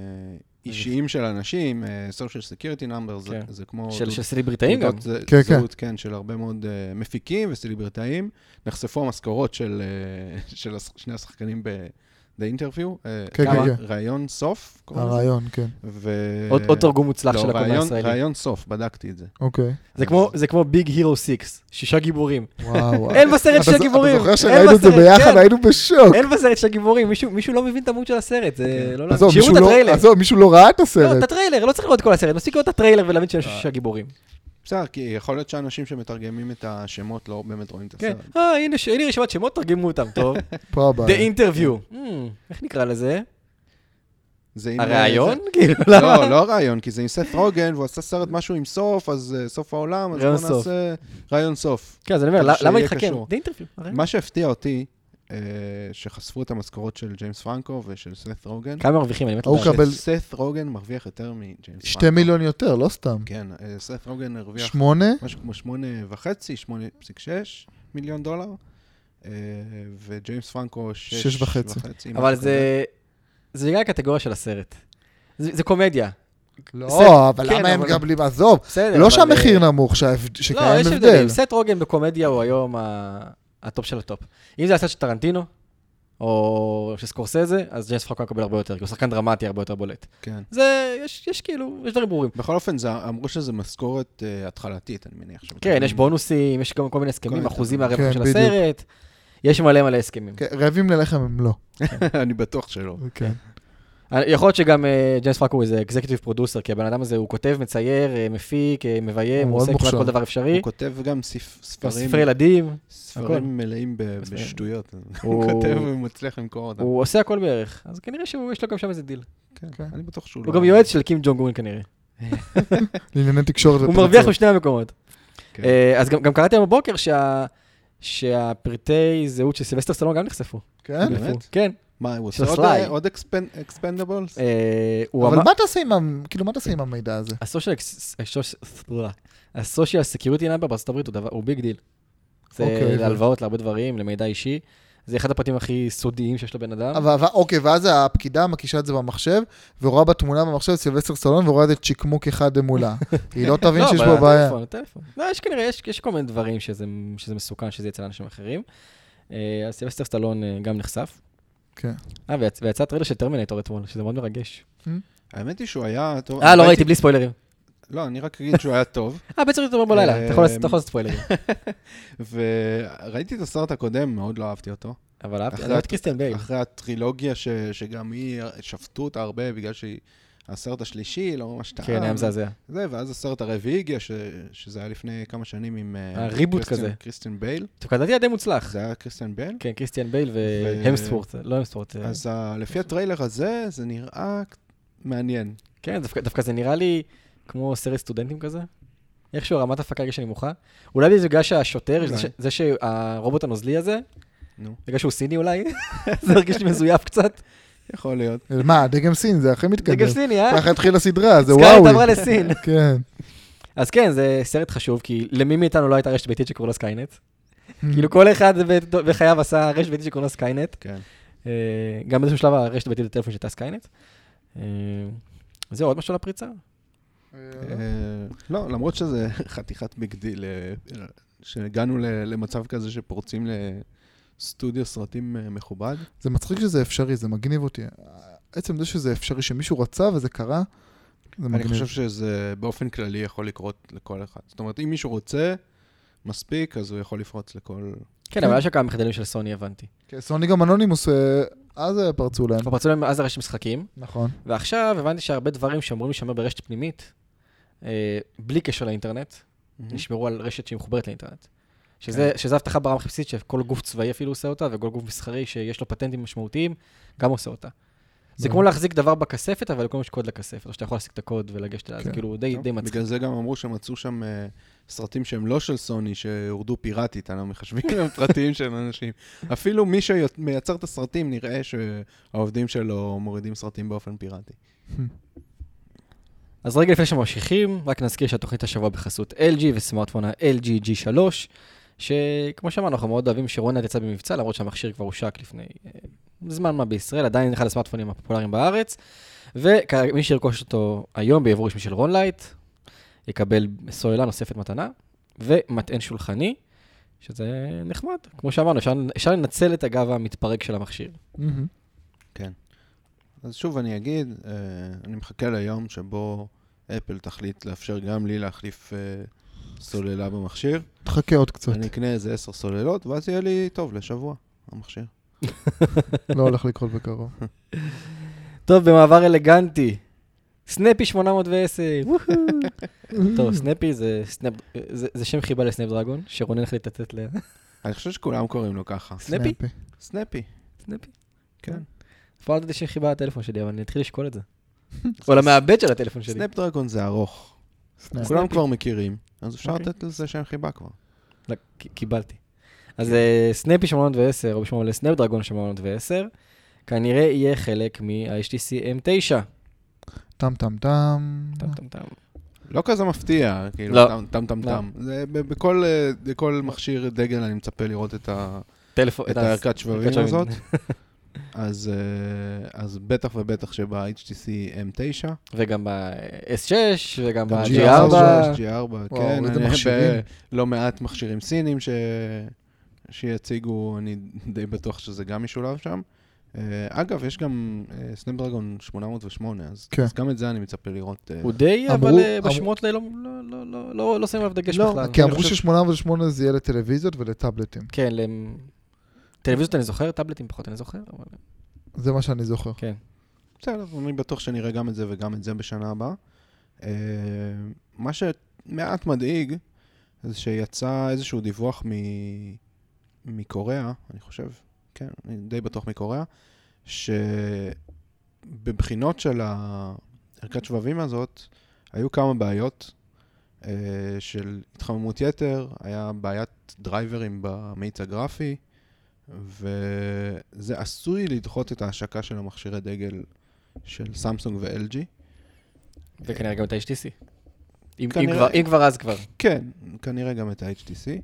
אישיים של אנשים, social security number, זה כמו... של סליבריטאים גם. זהות, כן, של הרבה מאוד מפיקים וסליבריטאים. נחשפו המשכורות של שני השחקנים The Interview. ראיון סוף. הרעיון, כן. עוד תרגום מוצלח של הקולנוע הישראלי. ראיון סוף, בדקתי את זה. אוקיי. זה כמו ביג הירו 6, 6 גיבורים. וואו. אין בסרט 6 גיבורים. אתה זוכר שראינו את זה ביחד, היינו בשוק. אין בסרט 6 גיבורים, מישהו לא מבין את המות של הסרט, זה לא להבין. שירו את הטריילר. עזוב, מישהו לא ראה את הסרט. לא, את הטריילר, לא צריך לראות את כל הסרט, מספיק לראות את הטריילר ולהבין שיש 6 גיבורים. בסדר, כי יכול להיות שאנשים שמתרגמים את השמות לא באמת רואים את הסרט. כן, הנה רשימת שמות, תרגמו אותם, טוב. The Interview. איך נקרא לזה? הרעיון? לא, לא הרעיון, כי זה עם סת רוגן, והוא עשה סרט משהו עם סוף, אז סוף העולם, אז בוא נעשה רעיון סוף. כן, אז אני אומר, למה להתחכם? The Interview. מה שהפתיע אותי, שחשפו את המשכורות של ג'יימס פרנקו ושל סת' רוגן. כמה מרוויחים? אני הוא קבל... סת' רוגן מרוויח יותר מג'יימס פרנקו. 2 מיליון יותר, לא סתם. כן, סת' רוגן הרוויח 8? משהו כמו 8.5, 8.6 מיליון דולר, וג'יימס פרנקו 6.5. אבל זה בגלל הקטגוריה של הסרט. זה קומדיה. לא, אבל למה הם מקבלים, עזוב, לא שהמחיר נמוך, שקיים הבדל. לא, יש הבדלים. סת' רוגן בקומדיה הוא היום הטופ של הטופ. אם זה הסרט של טרנטינו, או של סקורסזה, אז ג'יימס פרנקו יקבל הרבה יותר, כי הוא שחקן דרמטי הרבה יותר בולט. כן. יש כאילו, יש דברים ברורים. בכל אופן, אמרו שזה משכורת התחלתית, אני מניח. כן, יש בונוסים, יש גם כל מיני הסכמים, אחוזים מהרווח של הסרט. יש מלא הסכמים. רעבים ללחם הם לא. אני בטוח שלא. כן. יכול להיות שגם ג'יימס פרנקו הוא אקזקטיב פרודוסר, כי הבן אדם הזה הוא כותב, מצייר, מפיק, מביים, הוא עושה כמעט כל דבר אפשרי. הוא כותב גם ספרי ילדים. ספרים מלאים בשטויות. הוא כותב ומצליח למכור אותם. הוא עושה הכל בערך. אז כנראה שיש לו גם שם איזה דיל. כן, אני בטוח שהוא לא... הוא גם יועץ של קים ג'ונג און כנראה. לענייני תקשורת. הוא מרוויח משני המקומות. אז גם קראתי היום בבוקר שהפרטי זהות של סילבסטר סטלון גם נחשפו. כן? באמת? כן. מה, הוא עושה עוד אקספנדבלס? אבל מה תעשה עם המידע הזה? הסושיאל סקיוריטי נאמבר בארצות הברית הוא ביג דיל. זה להלוואות להרבה דברים, למידע אישי. זה אחד הפרטים הכי סודיים שיש לבן אדם. אוקיי, ואז הפקידה מקישה את זה במחשב, ורואה בתמונה במחשב סילבסטר סטלון, ורואה את צ'יקמוק אחד מולה. היא לא תבין שיש בו בעיה. טלפון. לא, יש כנראה, יש כל מיני דברים שזה מסוכן, שזה יצא לאנשים אחרים. אז סילבסטר סטלון גם נחשף. כן. ויצא טריילר של טרמינטור אתמול, שזה מאוד מרגש. האמת היא שהוא היה טוב. לא ראיתי בלי ספוילרים. לא, אני רק אגיד שהוא היה טוב. בעצם ראיתי אותו בלילה, אתה יכול לעשות ספוילרים. וראיתי את הסרט הקודם, מאוד לא אהבתי אותו. אבל אהבתי את קריסטיאן בייל. אחרי הטרילוגיה שגם היא, שפטו אותה הרבה בגלל שהיא... הסרט השלישי, לא ממש טעם. כן, היה מזעזע. ואז הסרט הרביעי הגיע, שזה היה לפני כמה שנים עם... הריבוט כזה. קריסטיאן בייל. תוקדתי היה די מוצלח. זה היה קריסטיאן בייל? כן, קריסטיאן בייל והמספורט, לא המספורט. אז לפי הטריילר הזה, זה נראה מעניין. כן, דווקא זה נראה לי כמו סרט סטודנטים כזה. איכשהו רמת הפקה הרגש נמוכה. אולי בגלל שהשוטר, זה שהרובוט הנוזלי הזה, בגלל שהוא סיני אולי, זה הרגיש לי מזויף קצת. יכול להיות. מה, דגם סין, זה הכי מתקדם. דגם סיני, ככה התחיל הסדרה, זה וואוי. סקיינט עברה לסין. כן. אז כן, זה סרט חשוב, כי למי מאיתנו לא הייתה רשת ביתית שקוראים לה סקיינט. כאילו כל אחד בחייו עשה רשת ביתית שקוראים לה סקיינט. כן. גם באיזשהו שלב הרשת ביתית בטלפון שהייתה סקיינט. זהו, עוד משהו לפריצה? לא, למרות שזה חתיכת בגדיל, שהגענו למצב כזה שפורצים סטודיו סרטים מכובד. זה מצחיק שזה אפשרי, זה מגניב אותי. עצם זה שזה אפשרי, שמישהו רצה וזה קרה, זה מגניב. אני חושב שזה באופן כללי יכול לקרות לכל אחד. זאת אומרת, אם מישהו רוצה מספיק, אז הוא יכול לפרוץ לכל... כן, אבל יש כמה מחדלים של סוני, הבנתי. כן, סוני גם אנונימוס, אז פרצו להם. פרצו להם אז הרשת משחקים. נכון. ועכשיו הבנתי שהרבה דברים שאמורים לשמר ברשת פנימית, בלי קשר לאינטרנט, נשמרו על רשת שהיא מחוברת לאינטרנט. שזה הבטחה ברמה חיפשית שכל גוף צבאי אפילו עושה אותה, וכל גוף מסחרי שיש לו פטנטים משמעותיים, גם עושה אותה. זה כמו להחזיק דבר בכספת, אבל כל יש קוד לכספת, או שאתה יכול להחזיק את הקוד ולגשת אליה, זה כאילו די מצחיק. בגלל זה גם אמרו שמצאו שם סרטים שהם לא של סוני, שהורדו פיראטית, על המחשבים הפרטיים של אנשים. אפילו מי שמייצר את הסרטים, נראה שהעובדים שלו מורידים סרטים באופן פיראטי. אז רגע לפני שממשיכים, רק נזכיר שהתוכנית השבוע בחסות LG וסמארטפון ה-LG G3, שכמו שאמרנו, אנחנו מאוד אוהבים שרונט יצא במבצע, למרות שהמכשיר כבר הושק לפני זמן מה בישראל, עדיין אחד הסמארטפונים הפופולריים בארץ, ומי שירכוש אותו היום ביבוא רשמי של רונלייט, יקבל סוללה נוספת מתנה, ומטען שולחני, שזה נחמד. כמו שאמרנו, אפשר לנצל את הגב המתפרק של המכשיר. כן. אז שוב אני אגיד, אני מחכה ליום שבו אפל תחליט לאפשר גם לי להחליף סוללה במכשיר. תחכה עוד קצת. אני אקנה איזה 10 סוללות, ואז יהיה לי טוב לשבוע, המכשיר. לא הולך לקרות בקרוב. טוב, במעבר אלגנטי. סנאפי 810. טוב, סנאפי זה שם חיבה לסנאפ דרגון, שרונן החליט לתת ל... אני חושב שכולם קוראים לו ככה. סנאפי? סנאפי. סנאפי? כן. אפילו לתת שם חיבה לטלפון שלי, אבל אני אתחיל לשקול את זה. או למעבד של הטלפון שלי. סנאפ דרגון זה ארוך. כולם כבר מכירים, אז אפשר לתת לזה שם חיבה כבר. קיבלתי. אז סנאפי 810, או בשמו לסנאפדרגון 810, כנראה יהיה חלק מה-HTC M9. טם טם טם. טם טם טם. לא כזה מפתיע, כאילו, לא. טם טם טם. בכל מכשיר דגל אני מצפה לראות את הערכת שבבים הזאת. אז בטח ובטח שב-HTC M9. וגם ב-S6, וגם ב-G4. G4, כן. לא מעט מכשירים סינים שיציגו, אני די בטוח שזה גם משולב שם. אגב, יש גם סנאפדרגון 808, אז גם את זה אני מצפה לראות. הוא די, אבל בשמות לא שמים עליו דגש בכלל. כי אמרו ש808 זה יהיה לטלוויזיות ולטאבלטים. כן, טלוויזיות אני זוכר, טאבלטים פחות אני זוכר. זה מה שאני זוכר. כן. בסדר, אני בטוח שנראה גם את זה וגם את זה בשנה הבאה. מה שמעט מדאיג, זה שיצא איזשהו דיווח מקוריאה, אני חושב, כן, אני די בטוח מקוריאה, שבבחינות של הערכת שבבים הזאת, היו כמה בעיות של התחממות יתר, היה בעיית דרייברים במאיץ הגרפי, וזה עשוי לדחות את ההשקה של המכשירי דגל של סמסונג ו-LG. וכנראה גם את ה-HTC. אם כבר אז כבר. כן, כנראה גם את ה-HTC.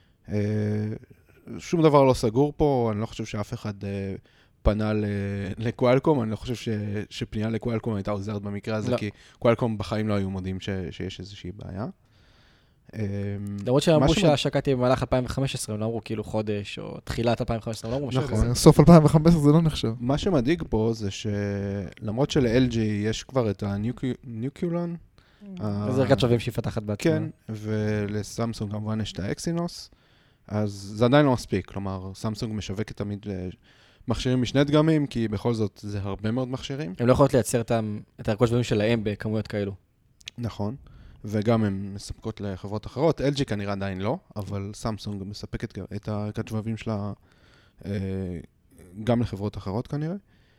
שום דבר לא סגור פה, אני לא חושב שאף אחד פנה לקואלקום, אני לא חושב שפנייה לקואלקום הייתה עוזרת במקרה הזה, כי קואלקום בחיים לא היו מודים שיש איזושהי בעיה. למרות שאמרו שההשקה תהיה במהלך 2015, הם לא אמרו כאילו חודש או תחילת 2015, לא אמרו משהו. נכון, סוף 2015 זה לא נחשב. מה שמדאיג פה זה שלמרות של-LG יש כבר את הניוקיולון. זה ערכת שבבים שהיא פתחת בעצמה. כן, ולסמסונג כמובן יש את האקסינוס, אז זה עדיין לא מספיק, כלומר, סמסונג משווקת תמיד מכשירים משני דגמים, כי בכל זאת זה הרבה מאוד מכשירים. הם לא יכולות לייצר את הערכות שבבים שלהם בכמויות כאלו. נכון. וגם הן מספקות לחברות אחרות. LG כנראה עדיין לא, אבל סמסונג מספקת את הערכת שבבים שלה גם לחברות אחרות כנראה.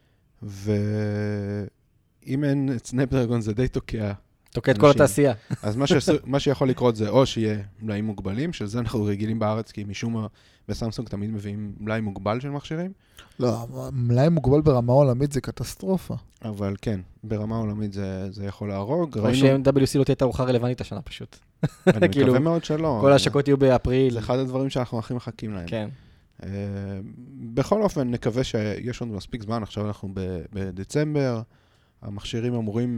ואם אין את סנאפדרגון זה די תוקע. תוקע את כל התעשייה. אז מה שיכול לקרות זה או שיהיה מלאים מוגבלים, של זה אנחנו רגילים בארץ, כי משום מה בסמסונג תמיד מביאים מלאי מוגבל של מכשירים. לא, מלאי מוגבל ברמה עולמית זה קטסטרופה. אבל כן, ברמה עולמית זה יכול להרוג. או ש-WC לא תהיה תערוכה רלוונטית השנה פשוט. אני מקווה מאוד שלא. כל ההשקות יהיו באפריל. זה אחד הדברים שאנחנו הכי מחכים להם. כן. בכל אופן, נקווה שיש לנו מספיק זמן. עכשיו אנחנו בדצמבר. המכשירים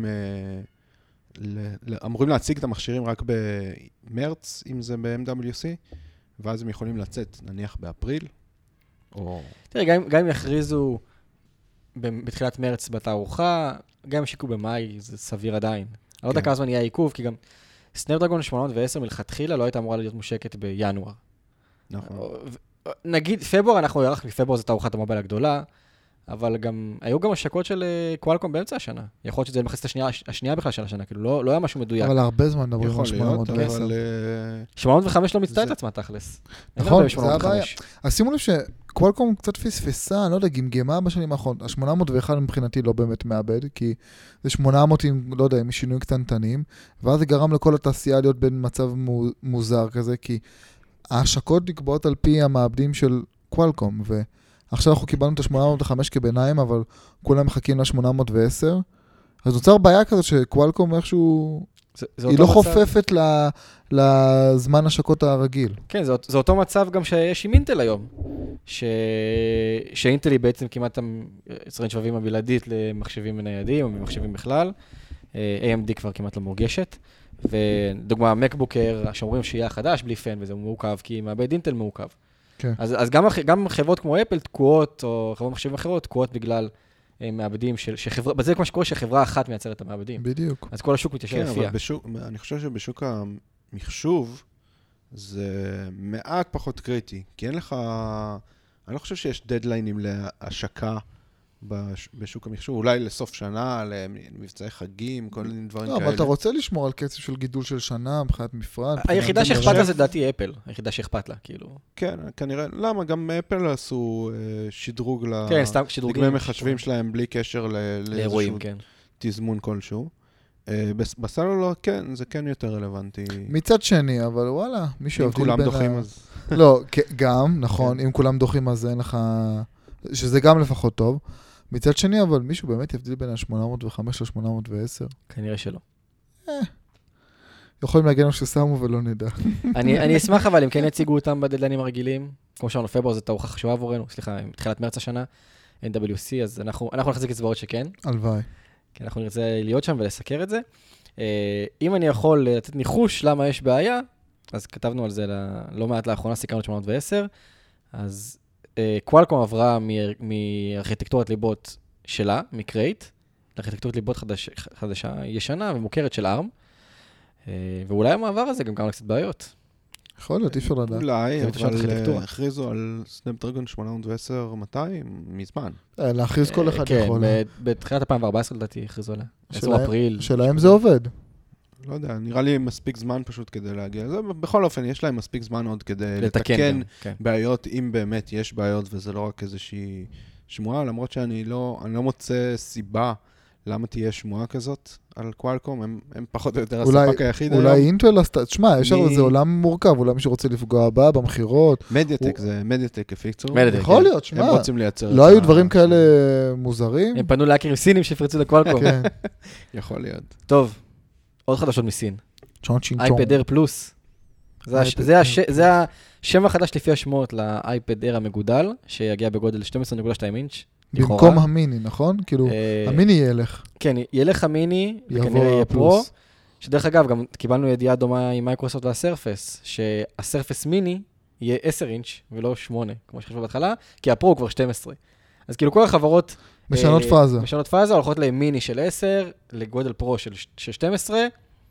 אמורים להציג את המכשירים רק במרץ, אם זה ב-MWC, ואז הם יכולים לצאת, נניח באפריל. תראה, גם אם יכריזו בתחילת מרץ בתערוכה, גם אם שיקו במאי, זה סביר עדיין. אני לא יודע כמה זמן יהיה עיכוב, כי גם סנאפדרגון 810 מלכתחילה לא הייתה אמורה להיות מושקת בינואר. נכון. נגיד, פברואר, אנחנו ערכנו, פברואר זה תערוכת המובייל הגדולה, אבל גם, היו גם השקות של קואלקום באמצע השנה. יכול להיות שזה מחצית השנייה בכלל של השנה, כאילו לא היה משהו מדויק. אבל הרבה זמן מדברים על 810. 805 לא מצטעה את עצמה תכלס. נכון, זה הבעיה. אז שימו לב שקואלקום קצת פספסה, אני לא יודע, גמגמה בשנים האחרונות. ה-801 מבחינתי לא באמת מאבד, כי זה 800 עם, לא יודע, עם שינויים קטנטנים, ואז זה גרם לכל התעשייה להיות בין מצב מוזר כזה, כי ההשקות נקבעות על פי המעבדים של קואלקום, עכשיו אנחנו קיבלנו את ה-805 כביניים, אבל כולם מחכים ל-810. אז נוצר בעיה כזאת שקואלקום איכשהו, היא לא חופפת לזמן השקות הרגיל. כן, זה אותו מצב גם שיש עם אינטל היום. שאינטל היא בעצם כמעט יצרנית שבבים הבלעדית למחשבים ניידים, או במחשבים בכלל. AMD כבר כמעט לא מורגשת. ודוגמה, מקבוקר, שאומרים שיהיה חדש בלי פן, וזה מורכב, כי מעבד אינטל מורכב. כן. אז גם חברות כמו אפל תקועות, או חברות מחשבים אחרות, תקועות בגלל מעבדים בזה כמו שקורה שחברה אחת מייצרת את המעבדים. בדיוק. אז כל השוק מתיישר לפיה. כן, אבל אני חושב שבשוק המחשוב זה מעט פחות קריטי, כי אין לך, אני לא חושב שיש דדליינים להשקה בשוק המחשוב, אולי לסוף שנה, למבצעי חגים, כל מיני דברים כאלה. אבל אתה רוצה לשמור על קצב של גידול של שנה, מבחינת מפרד. היחידה שאכפת לה זה דעתי אפל, היחידה שאכפת לה, כאילו. כן, כנראה, למה? גם אפל עשו שדרוג לדגמי מחשבים שלהם בלי קשר לאיזשהו תזמון כלשהו. בסלולר, כן, זה כן יותר רלוונטי. מצד שני, אבל וואלה, מי שאוהב אם כולם דוחים אז... לא, גם, נכון, אם כולם דוחים אז אין לך... שזה גם לפחות טוב. מצד שני, אבל מישהו באמת יבדיל בין ה-805 ל-810? כנראה שלא. יכולים להגן לנו ששמו ולא נדע. אני אשמח אבל אם כן יציגו אותם בדדליינים הרגילים, כמו שאמרנו, פברואר זה תאריך חשובה עבורנו, סליחה, מתחילת מרץ השנה, NWC, אז אנחנו נחזיק אצבעות שכן. הלוואי. כי אנחנו נרצה להיות שם ולסקר את זה. אם אני יכול לתת ניחוש למה יש בעיה, אז כתבנו על זה לא מעט לאחרונה, סיכרנו 810, אז קואלקום עברה מארכיטקטורת ליבות שלה, מקרייט, לארכיטקטורת ליבות חדשה, ישנה ומוכרת של ARM, ואולי המעבר הזה גם קצת בעיות. יכול להיות, אי אפשר לדעת. אולי, אבל הכריזו על סנאפדרגון 810 מתי? מזמן. להכריז כל אחד יכול. כן, בתחילת 2014 לדעתי הכריזו עליה. שלהם זה עובד. לא יודע, נראה לי מספיק זמן פשוט כדי להגיע. בכל אופן, יש להם מספיק זמן עוד כדי לתקן בעיות, אם באמת יש בעיות, וזה לא רק איזושהי שמועה, למרות שאני לא מוצא סיבה למה תהיה שמועה כזאת על קואלקום, הם פחות או יותר הספק היחיד היום. אולי אינטל, תשמע, יש על זה עולם מורכב, אולי מישהו רוצה לפגוע הבא במחירות. מדיאטק, זה מדיאטק הפיצו. יכול להיות, שמע. הם רוצים לייצר. לא היו דברים כאלה מוזרים. הם פנו להכירים סינים שהפרצו לקואלקום. יכול להיות. טוב, עוד חדשות מסין. אייפד אייר פלוס. זה השם החדש לפי השמועות לאייפד אייר המגודל, שיגיע בגודל 12.2 אינץ'. במקום המיני, נכון? כאילו, המיני ילך. כן, ילך המיני, וכנראה יהיה פרו. שדרך אגב, גם קיבלנו ידיעה דומה עם מייקרוסופט והסרפס, שהסרפס מיני יהיה 10 אינץ' ולא 8, כמו שחשבו בהתחלה, כי הפרו הוא כבר 12. אז כאילו כל החברות... משנות פאזה. משנות פאזה, הולכות למיני של 10, לגודל פרו של 12,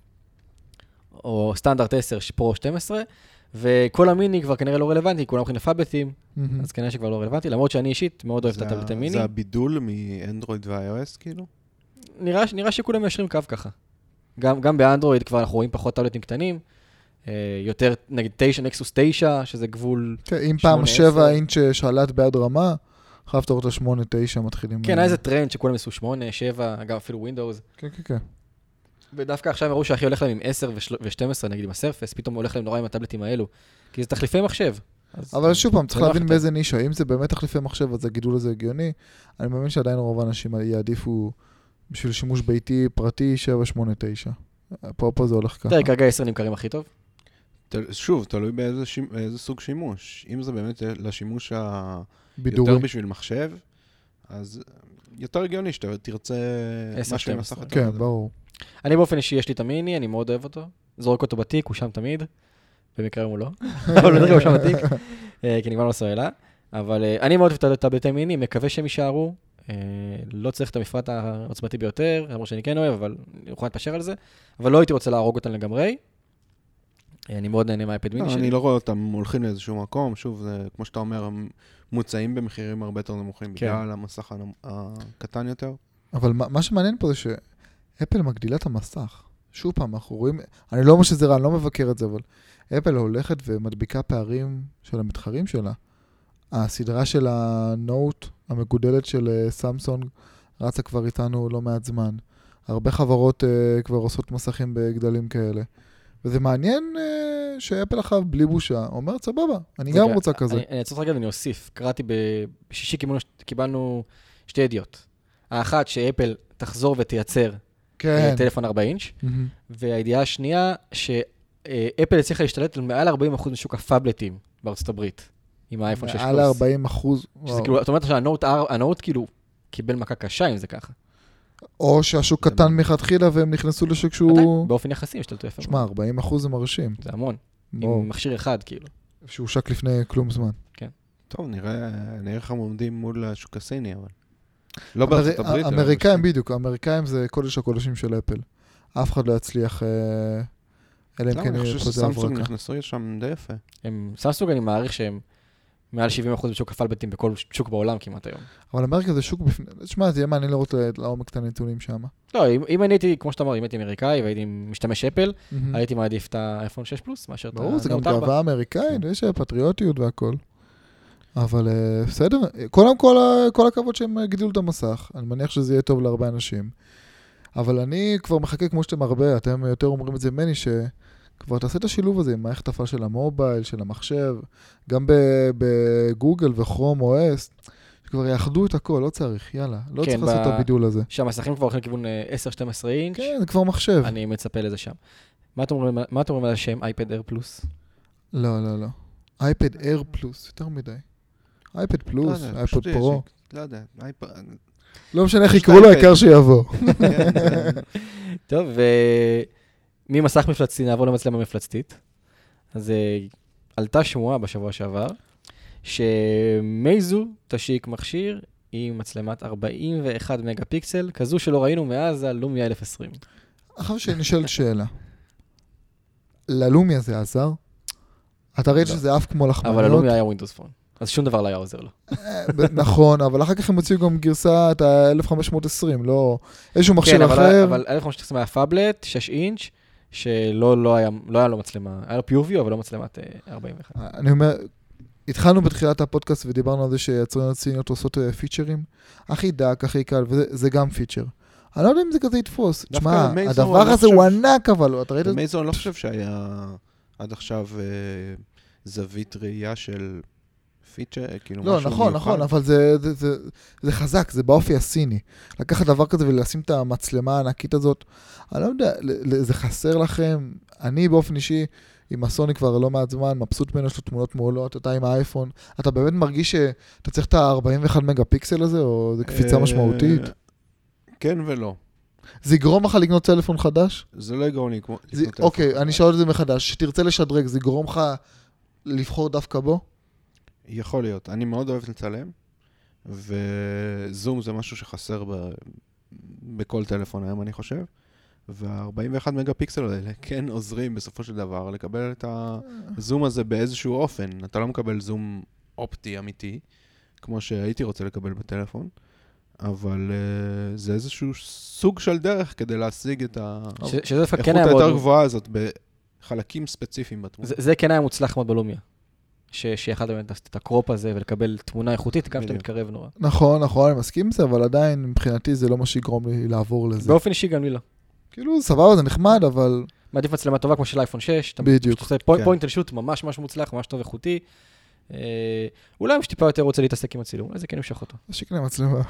או סטנדרט 10 פרו 12, וכל המיני כבר כנראה לא רלוונטי, כולם הולכים לפאבלטים, אז כנראה שכבר לא רלוונטי, למרות שאני אישית מאוד אוהב את הטאבלט המיני. זה הבידול מאנדרואיד ו-iOS כאילו? נראה שכולם ישרים קו ככה. גם באנדרואיד כבר אנחנו רואים פחות טאבלטים קטנים, יותר נגיד 9, נקסוס 9, שזה גבול 8-10. אם פעם 7 אינץ' שלט ביד רמה, חייבת לראות ל-8-9 מתחילים. כן, היה איזה טרנד שכולם עשו 8, 7, גם אפילו ווינדאוס. כן, כן, כן. ודווקא עכשיו הראו שהכי הולך להם עם 10 ו-12, נגיד עם הסרפס, פתאום הולך להם נורא עם הטאבלטים האלו, כי זה תחליפי מחשב. אבל שוב פעם, צריך להבין באיזה נישה, אם זה באמת תחליפי מחשב, אז הגידול הזה הגיוני, אני מאמין שעדיין רוב האנשים יעדיפו בשביל שימוש ביתי פרטי 7, 8, 9. פה זה הולך ככה. תראה, כרגע 10 נמכרים הכי טוב. שוב, תלוי באיזה סוג שימוש. אם זה באמת לשימוש יותר בשביל מחשב, אז יותר הגיוני שאתה תרצה משהו עם מסך יותר. כן, ברור. אני באופן אישי, יש לי את המיני, אני מאוד אוהב אותו. זורק אותו בתיק, הוא שם תמיד. במקרה הוא לא. אבל בדרך הוא שם בתיק, כי נגמר לו סועלה. אבל אני מאוד אוהב את הטאבלטי מיני, מקווה שהם יישארו. לא צריך את המפרט העוצמתי ביותר, למרות שאני כן אוהב, אבל אני יכול להתפשר על זה. אבל לא הייתי רוצה להרוג אותם לגמרי. אני מאוד נהנה מהאייפד מיני שלי. אני לא רואה אותם הולכים לאיזשהו מקום. שוב, כמו שאתה אומר, הם מוצאים במחירים הרבה יותר נמוכים, בגלל המסך הקטן יותר. אבל מה שמעניין פה זה שאפל מגדילה את המסך. שוב פעם, אנחנו רואים, אני לא אומר שזה רע, אני לא מבקר את זה, אבל אפל הולכת ומדביקה פערים של המתחרים שלה. הסדרה של הנוט המגודלת של סמסונג רצה כבר איתנו לא מעט זמן. הרבה חברות כבר עושות מסכים בגדלים כאלה. וזה מעניין שאפל אחריו בלי בושה אומרת, סבבה, אני גם רוצה כזה. אני אצטרך רגע ואני אוסיף. קראתי בשישי קיבלנו שתי ידיעות. האחת שאפל תחזור ותייצר טלפון 4 אינץ', והידיעה השנייה שאפל הצליחה להשתלט על מעל 40% משוק הפאבלטים בארצות הברית, עם האייפון 6 פלוס. מעל 40%. שזה כאילו, זאת אומרת שהנוט כאילו קיבל מכה קשה אם זה ככה. או שהשוק קטן מלכתחילה והם נכנסו לשוק שהוא... באופן יחסי השתלטו יפה. שמע, 40% זה מרשים. זה המון. עם מכשיר אחד כאילו. שהוא שק לפני כלום זמן. כן. טוב, נראה איך הם עומדים מול השוק הסיני, אבל... לא בארצות הברית. האמריקאים בדיוק, האמריקאים זה קודש הקודשים של אפל. אף אחד לא יצליח, אלא אם כן אני חושב שסמסונג נכנסו שם די יפה. סמסונג אני מעריך שהם מעל 70% בשוק הפאבלטים בכל שוק בעולם כמעט היום. אבל אמריקה זה שוק בפני... תשמע, זה יהיה מעניין לראות לעומק את הנתונים שם. לא, אם אני הייתי, כמו שאתה אומר, אם הייתי אמריקאי והייתי משתמש אפל, הייתי מעדיף את האייפון 6 פלוס מאשר את הנוט 4. ברור, זה גם גאווה אמריקאית, יש פטריוטיות והכל. אבל בסדר, קודם כל הכבוד שהם גידלו את המסך, אני מניח שזה יהיה טוב להרבה אנשים. אבל אני כבר מחכה כמו שאתם הרבה, אתם יותר אומרים את זה ממני, כבר תעשה את השילוב הזה עם מערכת הפעלה של המובייל, של המחשב, גם בגוגל וכרום או אס, שכבר יאחדו את הכל, לא צריך, יאללה, לא צריך לעשות את הבידול הזה. שהמסכים כבר הולכים לכיוון 10-12 אינץ'. כן, זה כבר מחשב. אני מצפה לזה שם. מה אתם אומרים על השם אייפד אייר פלוס? לא, לא, לא. אייפד אייר פלוס, יותר מדי. אייפד פלוס, אייפד פרו. לא יודע, אייפד... לא משנה איך יקראו לו, העיקר שיבוא. טוב, ממסך מפלצתי נעבור למצלמה מפלצתית. אז עלתה שמועה בשבוע שעבר, שמייזו תשיק מכשיר עם מצלמת 41 מגה פיקסל, כזו שלא ראינו מאז הלומיה 1020. אחר שנשאלת שאלה. ללומיה זה עזר? אתה ראית שזה אף כמו לחמניות? אבל הלומיה היה ווינדוס פון, אז שום דבר לא היה עוזר לו. נכון, אבל אחר כך הם הוציאו גם גרסה את ה-1520, לא איזשהו מכשיר אחר. כן, אבל 1520 היה פאבלט, 6 אינץ', שלא היה לו מצלמה, היה לו POV, אבל לא מצלמת 41. אני אומר, התחלנו בתחילת הפודקאסט ודיברנו על זה שיצרניות סיניות עושות פיצ'רים, הכי דק, הכי קל, וזה גם פיצ'ר. אני לא יודע אם זה כזה יתפוס. תשמע, הדבר הזה הוא ענק, אבל אתה ראית... במייזו אני לא חושב שהיה עד עכשיו זווית ראייה של פיצ'ר, כאילו משהו מיוחד. לא, נכון, אבל זה חזק, זה באופי הסיני. לקחת דבר כזה ולשים את המצלמה הענקית הזאת, אני לא יודע, זה חסר לכם. אני באופן אישי, עם הסוני כבר לא מעט זמן, מבסוט ממנו, יש לו תמונות מעולות, אתה עם האייפון. אתה באמת מרגיש שאתה צריך את ה-41 מגה פיקסל הזה, או זה קפיצה משמעותית? כן ולא. זה יגרום לך לקנות טלפון חדש? זה לא יגרום לי לקנות טלפון חדש. אוקיי, אני שואל את זה מחדש. שתרצה לשדרג, זה יגרום לך לבחור דווקא בו? יכול להיות. אני מאוד אוהב לצלם, וזום זה משהו שחסר בכל טלפון היום, אני חושב. וה-41 מגה פיקסל האלה כן עוזרים בסופו של דבר לקבל את הזום הזה באיזשהו אופן. אתה לא מקבל זום אופטי אמיתי, כמו שהייתי רוצה לקבל בטלפון. אבל זה איזשהו סוג של דרך כדי להשיג את האיכות היותר גבוהה הזאת בחלקים ספציפיים בתמונה. זה כן היה מוצלח מאוד בלומיה. שיכולת באמת לעשות את הקרופ הזה ולקבל תמונה איכותית, גם שאתה מתקרב נורא. נכון, אני מסכים עם זה, אבל עדיין מבחינתי זה לא מה שיגרום לי לעבור לזה. באופן אישי גם לי לא. כאילו, סבבה, זה נחמד, אבל... מעדיף מצלמה טובה כמו של אייפון 6. בדיוק. אתה עושה פוינט אנד שוט ממש מוצלח, ממש טוב איכותי. אולי שטיפה יותר רוצה להתעסק עם הצילום, אולי זה כן ימשך אותו. שיקנה מצלמה.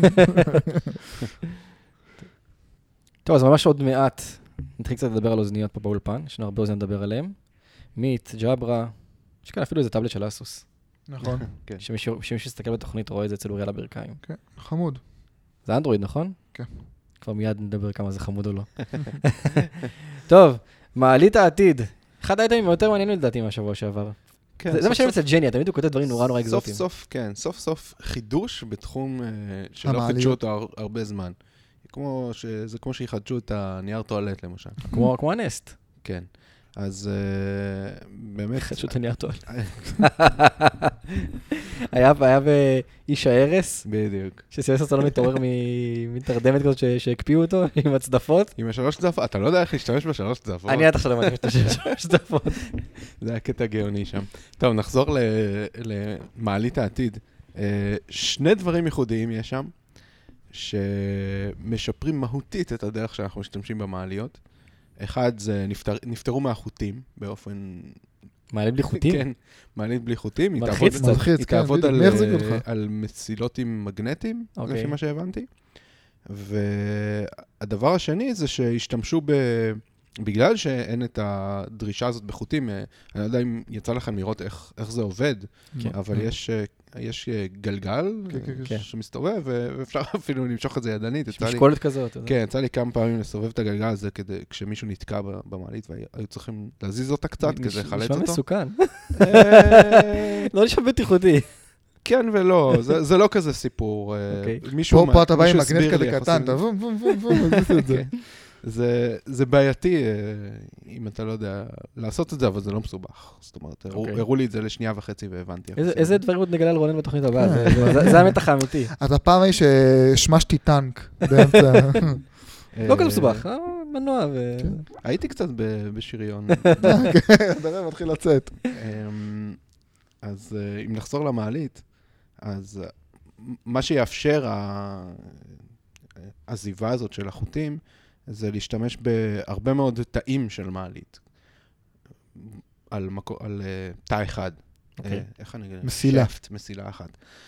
טוב, אז ממש עוד מעט נתחיל קצת לדבר על אוזניות פה באולפן, יש לנו הרבה אוזניות לדבר עליהן. מיט, ג'אברה, יש כאן אפילו איזה טאבלט של אסוס. נכון. שמישהו יסתכל בתוכנית רואה את זה אצל אוריאל הברכיים. כן, חמוד. זה אנדרואיד, נכון? כן. כבר מיד נדבר כמה זה חמוד או לא. טוב, מעלית העתיד. אחד האייטמים יותר מעניינים לדעתי מהשבוע שעבר. זה מה שאני מצא ג'ני, תמיד הוא כותב דברים נורא אקזוטיים. סוף סוף חידוש בתחום שלא חידשו אותו הרבה זמן. זה כמו שיחדשו את הנייר טואלט למשל. כמו הנסט. כן. אז באמת... חידשו את הנייר טואלט. היה באיש ההרס. בדיוק. שסילבסטר סטלון מתעורר מתרדמת כזאת שהקפיאו אותו עם הצדפות. עם השלוש צדפות? אתה לא יודע איך להשתמש בשלוש צדפות. אני עד עכשיו לא מעדיף להשתמש בשלוש צדפות. זה היה קטע גאוני שם. טוב, נחזור למעלית העתיד. שני דברים ייחודיים יש שם, שמשפרים מהותית את הדרך שאנחנו משתמשים במעליות. אחד זה נפטרו מהחוטים באופן... מעלית בלי חוטים? כן, מעלית בלי חוטים. מלחיץ, היא תעבוד על מסילות עם מגנטים, לפי מה שהבנתי. והדבר השני זה שהשתמשו בגלל שאין את הדרישה הזאת בחוטים, אני לא יודע אם יצא לכם לראות איך זה עובד, אבל יש גלגל שמסתובב, ואפשר אפילו למשוך את זה ידנית. משקולת כזאת. כן, יצא לי כמה פעמים לסובב את הגלגל הזה, כשמישהו נתקע במעלית, והיו צריכים להזיז אותה קצת כדי לחלץ אותו. נשמע מסוכן. לא נשמע בטיחותי. כן ולא, זה לא כזה סיפור. פה אתה בא עם מגנט כזה קטן, אתה וום וום וום וום, מזיז את זה. זה בעייתי, אם אתה לא יודע לעשות את זה, אבל זה לא מסובך. זאת אומרת, הראו לי את זה לשנייה וחצי והבנתי. איזה דברים עוד נגלה על רונן בתוכנית הבאה? זה המתח האמיתי. אתה פעם היא ששמשתי טנק באמצע. לא כזה מסובך, מנוע ו... הייתי קצת בשריון. הדבר מתחיל לצאת. אז אם נחזור למעלית, אז מה שיאפשר העזיבה הזאת של החוטים, זה להשתמש בהרבה מאוד תאים של מעלית. על תא אחד. אוקיי. איך אני אגיד? מסילה. שפט, מסילה אחת.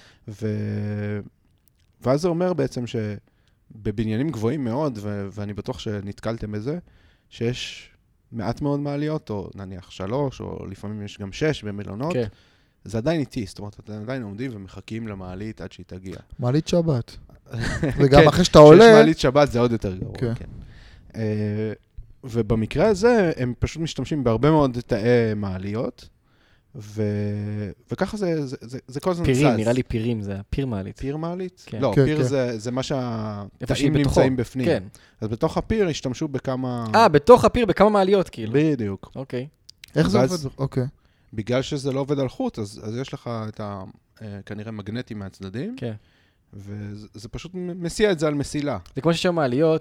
ואז זה אומר בעצם שבבניינים גבוהים מאוד, ואני בטוח שנתקלתם בזה, שיש מעט מאוד מעליות, או נניח 3, או לפעמים יש גם 6 במלונות, כן. זה עדיין איטי, זאת אומרת, אתם עדיין עומדים ומחכים למעלית עד שהיא תגיע. מעלית שבת. וגם אחרי שאתה עולה... כשיש מעלית שבת זה עוד יותר גרוע. כן. כן. ובמקרה הזה, הם פשוט משתמשים בהרבה מאוד תאי מעליות, וככה זה כל הזמן זז. פירים, נראה לי פירים, זה פיר מעלית. פיר מעלית? כן. לא, כן, פיר כן. זה מה איפה שהיא שהתאים בתוכו. נמצאים בפנים. כן. אז בתוך הפיר השתמשו בכמה... בתוך הפיר, בכמה מעליות, כאילו. בדיוק. אוקיי. איך זה ואז- עובד? אוקיי. בגלל שזה לא עובד על חוט, אז יש לך את כנראה מגנטים מהצדדים, כן. וזה פשוט מסיע את זה על מסילה. זה כמו שיש מעליות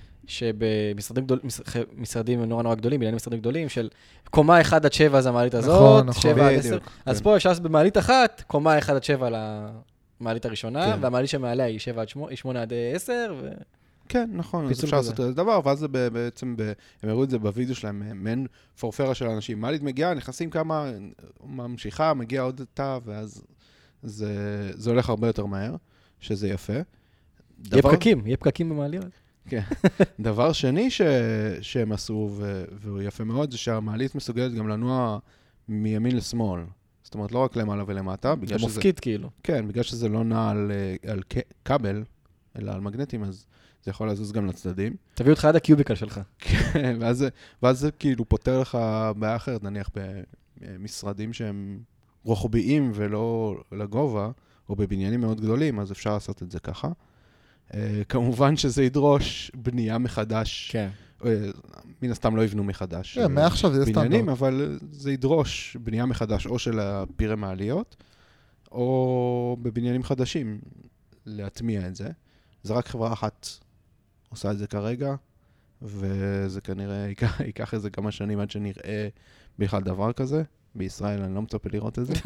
שבמשרדים נורא נורא גדולים, בניינים משרדים גדולים, של קומה 1 עד 7 זה המעלית הזאת, נכון. 7 עד 10. בדיוק, אז כן. פה אפשר לעשות במעלית אחת, קומה 1 עד 7 למעלית הראשונה, כן. והמעלית שמעליה היא 8 עד 10, כן, נכון, אז פיצול אפשר כזה. לעשות את הדבר, ואז זה בעצם, הם הראו את זה בווידאו שלהם, מעין פורפרה של אנשים. מעלית מגיעה, נכנסים כמה, ממשיכה, מגיע עוד תא, ואז זה הולך הרבה יותר מהר, שזה יפה. יהיה פקקים במעליות. כן. דבר שני שהם עשו, והוא יפה מאוד, זה שהמעלית מסוגלת גם לנוע מימין לשמאל. זאת אומרת, לא רק למעלה ולמטה, זה בגלל שזה... מופקיד כאילו. כן, בגלל שזה לא נע על כבל, אלא על מגנטים, אז זה יכול לזוז גם לצדדים. תביא אותך עד הקיוביקל שלך. כן, ואז זה כאילו פותר לך בעיה אחרת, נניח במשרדים שהם רוחביים ולא לגובה, או בבניינים מאוד גדולים, אז אפשר לעשות את זה ככה. כמובן שזה ידרוש בנייה מחדש. כן. מן הסתם לא יבנו מחדש. כן, מעכשיו זה בניינים, סטנדרט. אבל זה ידרוש בנייה מחדש או של הפירי מעליות, או בבניינים חדשים להטמיע את זה. זה רק חברה אחת עושה את זה כרגע, וזה כנראה ייקח איזה כמה שנים עד שנראה בכלל דבר כזה. בישראל אני לא מצפה לראות את זה.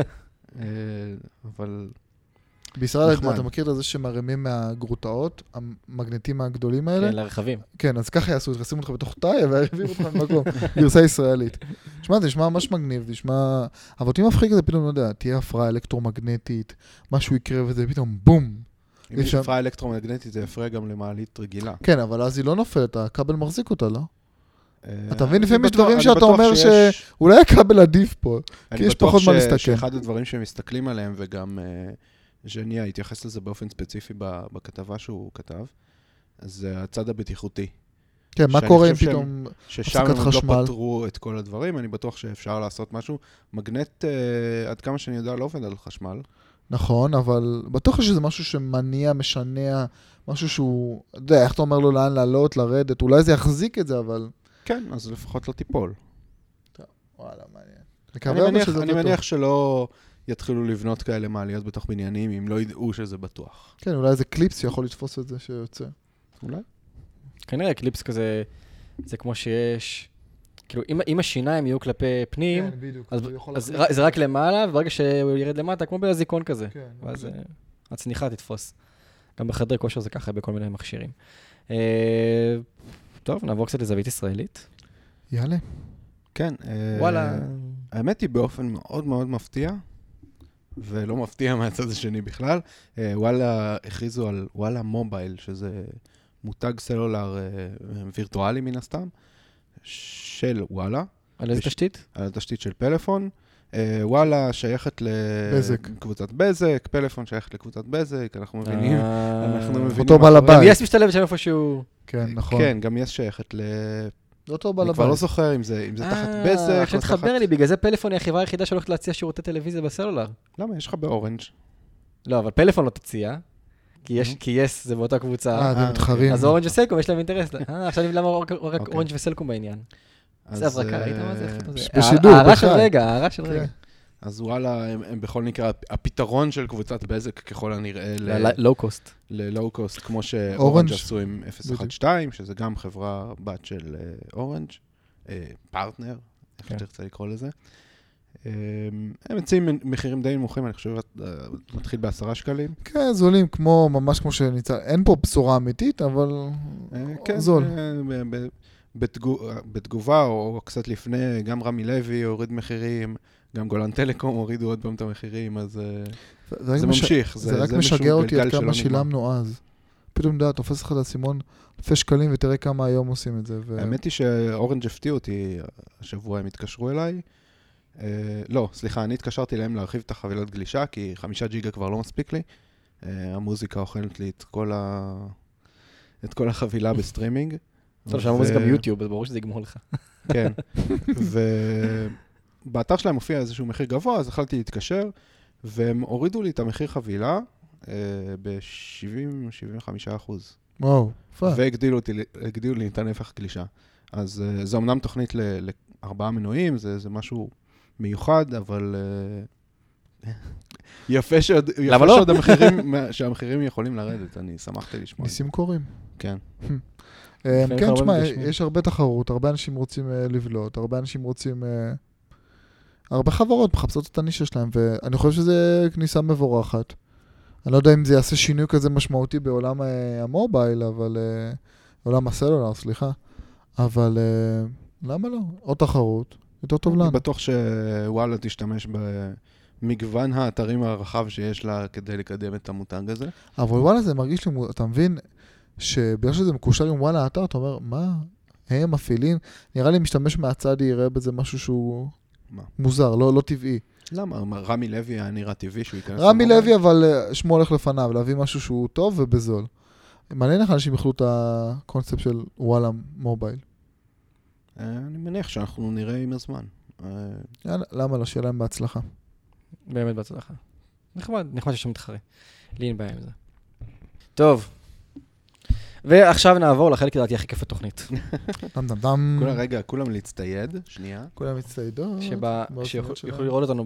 אבל... בישראל, נחמד. אתה מכיר את זה שמרימים מהגרוטאות, המגנטים הגדולים האלה? כן, לרכבים. כן, אז ככה יעשו, ישימו אותך בתוך תאי והעבירו אותך במקום, גרסה ישראלית. תשמע, זה נשמע ממש מגניב, זה נשמע... אבל אותי מפחיק את זה פתאום, לא יודע, תהיה הפרעה אלקטרומגנטית, משהו יקרה וזה פתאום בום. אם יש הפרעה אלקטרומגנטית, זה יפריע גם למעלית רגילה. כן, אבל אז היא לא נופלת, הכבל מחזיק אותה, לא? אתה מבין, לפעמים יש דברים שאתה אומר שאולי הכבל עדיף פה, כי יש פחות מה להסתכל. שאחד הדברים שהם מסתכלים עליהם, וגם ז'ניה התייחס לזה באופן ספציפי בכתבה שהוא כתב, זה הצד הבטיחותי. כן, מה קורה אם פתאום ששם הפסקת הם לא חשמל? פתרו את כל הדברים, אני בטוח שאפשר לעשות משהו. מגנט, עד כמה שאני יודע, לא עובד על חשמל. נכון, אבל בטוח שזה משהו שמניע, משנע, משהו שהוא, אתה יודע, איך אתה אומר לו לאן לעלות, לרדת, אולי זה יחזיק את זה, אבל... כן, אז לפחות לא תיפול. וואלה, מעניין. אני מניח שלא יתחילו לבנות כאלה מעליות בתוך בניינים, אם לא ידעו שזה בטוח. כן, אולי איזה קליפס שיכול לתפוס את זה שיוצא. אולי? כנראה קליפס כזה, זה כמו שיש, כאילו, אם השיניים יהיו כלפי פנים, בדיוק. אז זה רק למעלה, וברגע שהוא ירד למטה, כמו באזיקון כזה. כן, ואז הצניחה תתפוס. גם בחדרי כושר זה ככה בכל מיני מכשירים. טוב, נעבור קצת לזווית ישראלית. יאללה. כן. וואלה. האמת היא באופן מאוד מאוד מפתיע, ולא מפתיע מהצד השני בכלל. וואלה הכריזו על וואלה מובייל, שזה מותג סלולר וירטואלי מן הסתם, של וואלה. על איזה תשתית? על התשתית של פלאפון. וואלה שייכת לקבוצת בזק, פלאפון שייכת לקבוצת בזק, אנחנו מבינים. אותו בעל הבית. גם יס משתלב שם איפשהו. כן, נכון. כן, גם יס שייכת זה אותו בעל אני הבית. כבר לא זוכר אם זה תחת בזק או עכשיו תחבר לי, בגלל זה פלאפון היא החברה היחידה שהולכת להציע שירותי טלוויזיה בסלולר. למה? יש לך באורנג'. לא, אבל פלאפון לא תציע, כי יס זה באותה קבוצה. אתם מתחרים. אז אורנג' וסלקום יש להם אינטרס. עכשיו למה רק אורנג' וסלקום בעניין. זה הברקה, ראית מה זה? בשידור, הערה של רגע, הערה של רגע. אז וואלה, הם בכל מקרה, הפתרון של קבוצת בזק ככל הנראה ללואו-קוסט. ללואו-קוסט, כמו שאורנג' עשו עם 012, שזה גם חברה בת של אורנג', פרטנר, איך שתרצה לקרוא לזה. הם מציעים מחירים די נמוכים, אני חושב, מתחיל ב10 שקלים. כן, זולים, ממש כמו שניצל. אין פה בשורה אמיתית, אבל זול. בתגובה, או קצת לפני, גם רמי לוי הוריד מחירים, גם גולן טלקום הורידו עוד פעם את המחירים, אז זה ממשיך. זה רק משגע אותי עד כמה שילמנו אז. פתאום תופס לך את הסימון אלפי שקלים, ותראה כמה היום עושים את זה. האמת היא שאורנג' הפתיעו אותי, השבוע הם התקשרו אליי. לא, סליחה, אני התקשרתי להם להרחיב את החבילות גלישה, כי 5 ג'יגה כבר לא מספיק לי. המוזיקה אוכלת לי את כל החבילה בסטרימינג. טוב, שם המוזיקה ביוטיוב, אז ברור שזה יגמור לך. כן, ובאתר שלהם מופיע איזשהו מחיר גבוה, אז החלטתי להתקשר, והם הורידו לי את המחיר חבילה ב-70-75%. וואו, יפה. והגדילו לי את הנפח גלישה. אז זו אמנם תוכנית ל4 מנויים, זה משהו מיוחד, אבל יפה שעוד שהמחירים יכולים לרדת, אני שמחתי לשמוע. ניסים קורים. כן. כן, תשמע, יש הרבה תחרות, הרבה אנשים רוצים לבלוט, הרבה אנשים רוצים... הרבה חברות מחפשות את הנישה שלהם, ואני חושב שזה כניסה מבורכת. אני לא יודע אם זה יעשה שינוי כזה משמעותי בעולם המובייל, אבל... עולם הסלולר, סליחה. אבל למה לא? עוד תחרות, יותר טוב לנו. אני בטוח שוואלה תשתמש במגוון האתרים הרחב שיש לה כדי לקדם את המותג הזה. אבל וואלה זה מרגיש לי, אתה מבין שבגלל שזה מקושר עם וואלה האתר, אתה אומר, מה? הם מפעילים? נראה לי משתמש מהצד יראה בזה משהו שהוא מוזר, לא טבעי. למה? רמי לוי היה נראה טבעי שהוא ייכנס... רמי לוי, אבל שמו הולך לפניו, להביא משהו שהוא טוב ובזול. מעניין איך אנשים יחלו את הקונספט של וואלה מובייל. אני מניח שאנחנו נראה עם הזמן. למה לא? שיהיה להם בהצלחה. באמת בהצלחה. נחמד ששם מתחרה. לי אין בעיה עם זה. טוב. ועכשיו נעבור לחלק לדעתי הכי כיף התוכנית. דם. כולם להצטייד, שנייה. כולם מצטיידות. שיוכלו לראות אותנו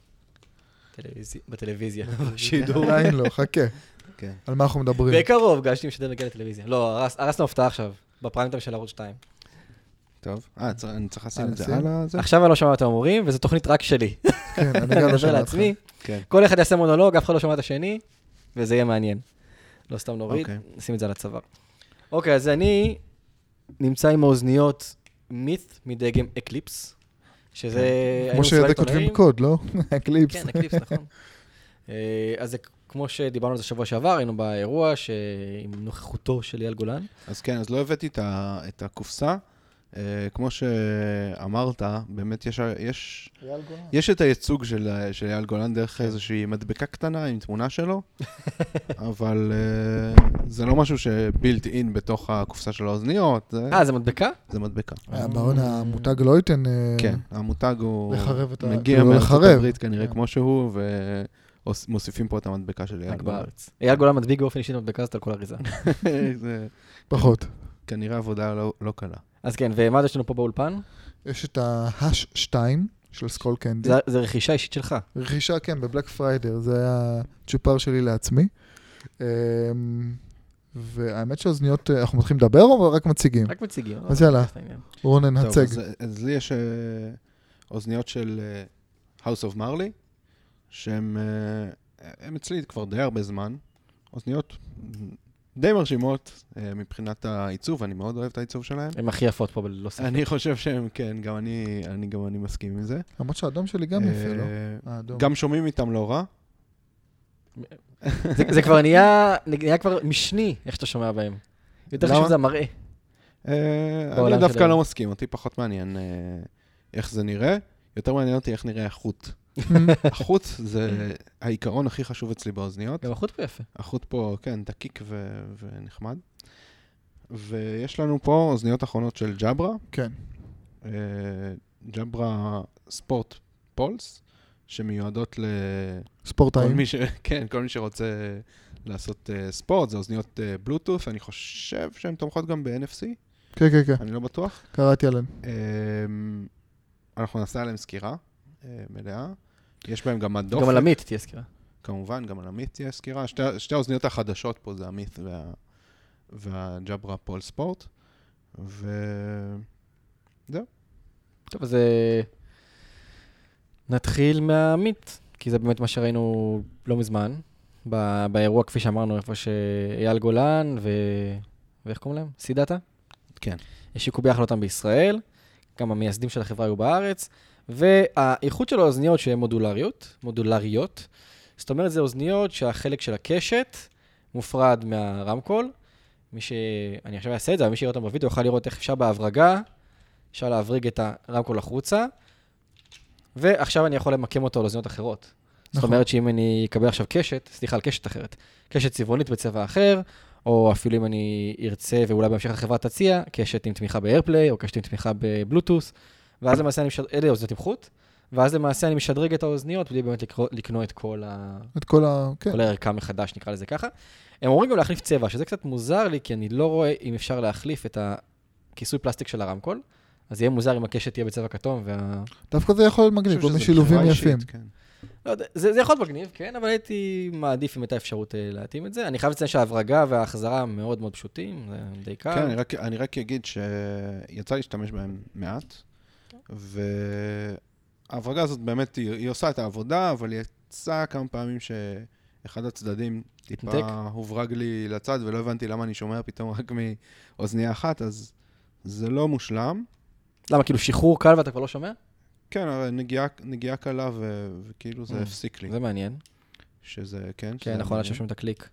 בטלוויזיה, בשידור. עדיין לא, חכה. על מה אנחנו מדברים? בקרוב, גשתי משדר להגיע לטלוויזיה. לא, הרסנו הפתעה עכשיו, בפריים של ערוץ 2. טוב, אני צריך לשים את זה הלאה. עכשיו אני לא שומע את המורים, וזו תוכנית רק שלי. כן, אני גם לא שומע אותך. כל אחד יעשה מונולוג, אף אחד לא שומע את השני, וזה יהיה מעניין. לא סתם נוריד, נשים את זה על הצוואר. אוקיי, אז אני נמצא עם האוזניות מית' מדגם אקליפס, שזה... כמו שידע כותבים קוד, לא? אקליפס. כן, אקליפס, נכון. אז זה כמו שדיברנו על זה שבוע שעבר, היינו באירוע עם נוכחותו של אייל גולן. אז כן, אז לא הבאתי את הקופסה. כמו שאמרת, באמת יש את הייצוג של אייל גולן דרך איזושהי מדבקה קטנה עם תמונה שלו, אבל זה לא משהו שבילט אין בתוך הקופסה של האוזניות. זה מדבקה? זה מדבקה. בעון המותג לא ייתן... כן, המותג הוא מגיע מארצות הברית כנראה כמו שהוא, ומוסיפים פה את המדבקה של אייל גולן. אייל גולן מדביק באופן אישי מדבקה הזאת על כל אריזה. פחות. כנראה עבודה לא קלה. אז כן, ומה יש לנו פה באולפן? יש את ההש 2 של סקול קנדי. זה רכישה אישית שלך. רכישה, כן, בבלק פריידר. זה היה צ'ופר שלי לעצמי. והאמת שהאוזניות, אנחנו מתחילים לדבר או רק מציגים? רק מציגים. אז יאללה, רונן, הצג. אז לי יש אוזניות של House of Marley, שהם אצלי כבר די הרבה זמן. אוזניות די מרשימות מבחינת העיצוב, אני מאוד אוהב את העיצוב שלהם. הם הכי יפות פה בלא ספק. אני חושב שהם, כן, גם אני מסכים עם זה. למרות שהאדום שלי גם יפה, לא? גם שומעים איתם לא רע. זה כבר נהיה כבר משני, איך שאתה שומע בהם. יותר חשוב זה המראה. אני דווקא לא מסכים, אותי פחות מעניין איך זה נראה, יותר מעניין אותי איך נראה החוט. החוט זה העיקרון הכי חשוב אצלי באוזניות. גם החוט פה יפה. החוט פה, כן, דקיק ונחמד. ויש לנו פה אוזניות אחרונות של ג'אברה. כן. ג'אברה ספורט פולס, שמיועדות ספורטאים. כן, כל מי שרוצה לעשות ספורט, זה אוזניות בלוטות', אני חושב שהן תומכות גם ב-NFC. כן, כן, כן. אני לא בטוח. קראתי עליהן. אנחנו נעשה עליהן סקירה מלאה. יש בהם גם הדופק. גם על עמית תהיה סקירה. כמובן, גם על עמית תהיה סקירה. שתי האוזניות החדשות פה זה עמית והג'אברה פול ספורט. וזהו. טוב, אז נתחיל מהעמית, כי זה באמת מה שראינו לא מזמן. באירוע, כפי שאמרנו, איפה שאייל גולן ואיך קוראים להם? סידתה? כן. השיקו ביחד אותם בישראל, גם המייסדים של החברה היו בארץ, והאיכות של האוזניות שהן מודולריות, זאת אומרת, זה אוזניות שהחלק של הקשת מופרד מהרמקול. אני עכשיו אעשה את זה, אבל מי שיראה אותם בווידאו יוכל לראות איך אפשר בהברגה, אפשר להבריג את הרמקול החוצה, ועכשיו אני יכול למקם אותו על אוזניות אחרות. זאת אומרת שאם אני אקבל עכשיו על קשת אחרת, קשת צבעונית בצבע אחר, או אפילו אם אני ארצה ואולי בהמשך החברה תציע, קשת עם תמיכה ב-AirPlay, או קשת עם תמיכה בבלוטוס, ואז למעשה אלה אוזניות עם חוט, ואז למעשה אני משדרג את האוזניות, בלי באמת לקנות את כל הערכה מחדש, נקרא לזה ככה. הם אומרים גם להחליף צבע, שזה קצת מוזר לי, כי אני לא רואה אם אפשר להחליף את הכיסוי פלסטיק של הרמקול, אז יהיה מוזר אם הקשת תהיה בצבע כתום, דווקא זה יכול להיות מגניב, כל משילובים יפים. לא יודע, זה יכול להיות מגניב, כן, אבל הייתי מעדיף אם הייתה אפשרות להתאים את זה. אני חייב לציין שההברגה וההחזרה מאוד מאוד פשוטים, זה די קל. כן, אני רק אגיד שיצא להשתמש בהם מעט, וההברגה הזאת באמת, היא עושה את העבודה, אבל יצא כמה פעמים שאחד הצדדים טיפה הוברג לי לצד, ולא הבנתי למה אני שומע פתאום רק מאוזניה אחת, אז זה לא מושלם. למה, כאילו שחרור קל ואתה כבר לא שומע? כן, נגיעה קלה וכאילו זה הפסיק לי. זה מעניין. שזה, כן. כן, נכון, אני שומע את הקליק.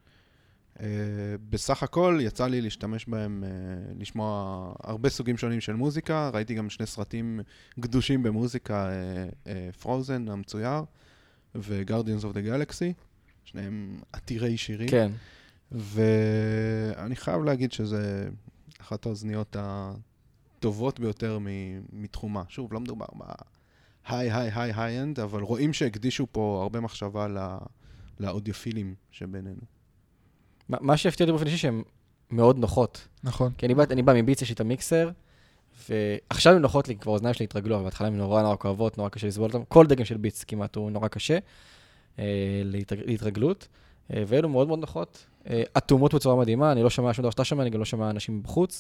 בסך הכל יצא לי להשתמש בהם, לשמוע הרבה סוגים שונים של מוזיקה. ראיתי גם 2 סרטים גדושים במוזיקה, Frozen, המצויר, ו-Guardians of the Galaxy, שניהם עתירי שירים. כן. ואני חייב להגיד שזה אחת האוזניות הטובות ביותר מתחומה. שוב, לא מדובר היי-אנד, אבל רואים שהקדישו פה הרבה מחשבה לאודיופילים שבינינו. מה שהפתיע אותי באופן אישי שהן מאוד נוחות. נכון. כי אני בא מביץ, יש לי את המיקסר, ועכשיו הן נוחות לי, כבר אוזניים שלי התרגלו, אבל בהתחלה הן נורא כואבות, נורא קשה לסבול אותם. כל דגם של ביץ כמעט הוא נורא קשה להתרגלות, ואלו מאוד מאוד נוחות. אטומות בצורה מדהימה, אני לא שומע שום דבר שאתה שומע, אני גם לא שומע אנשים בחוץ.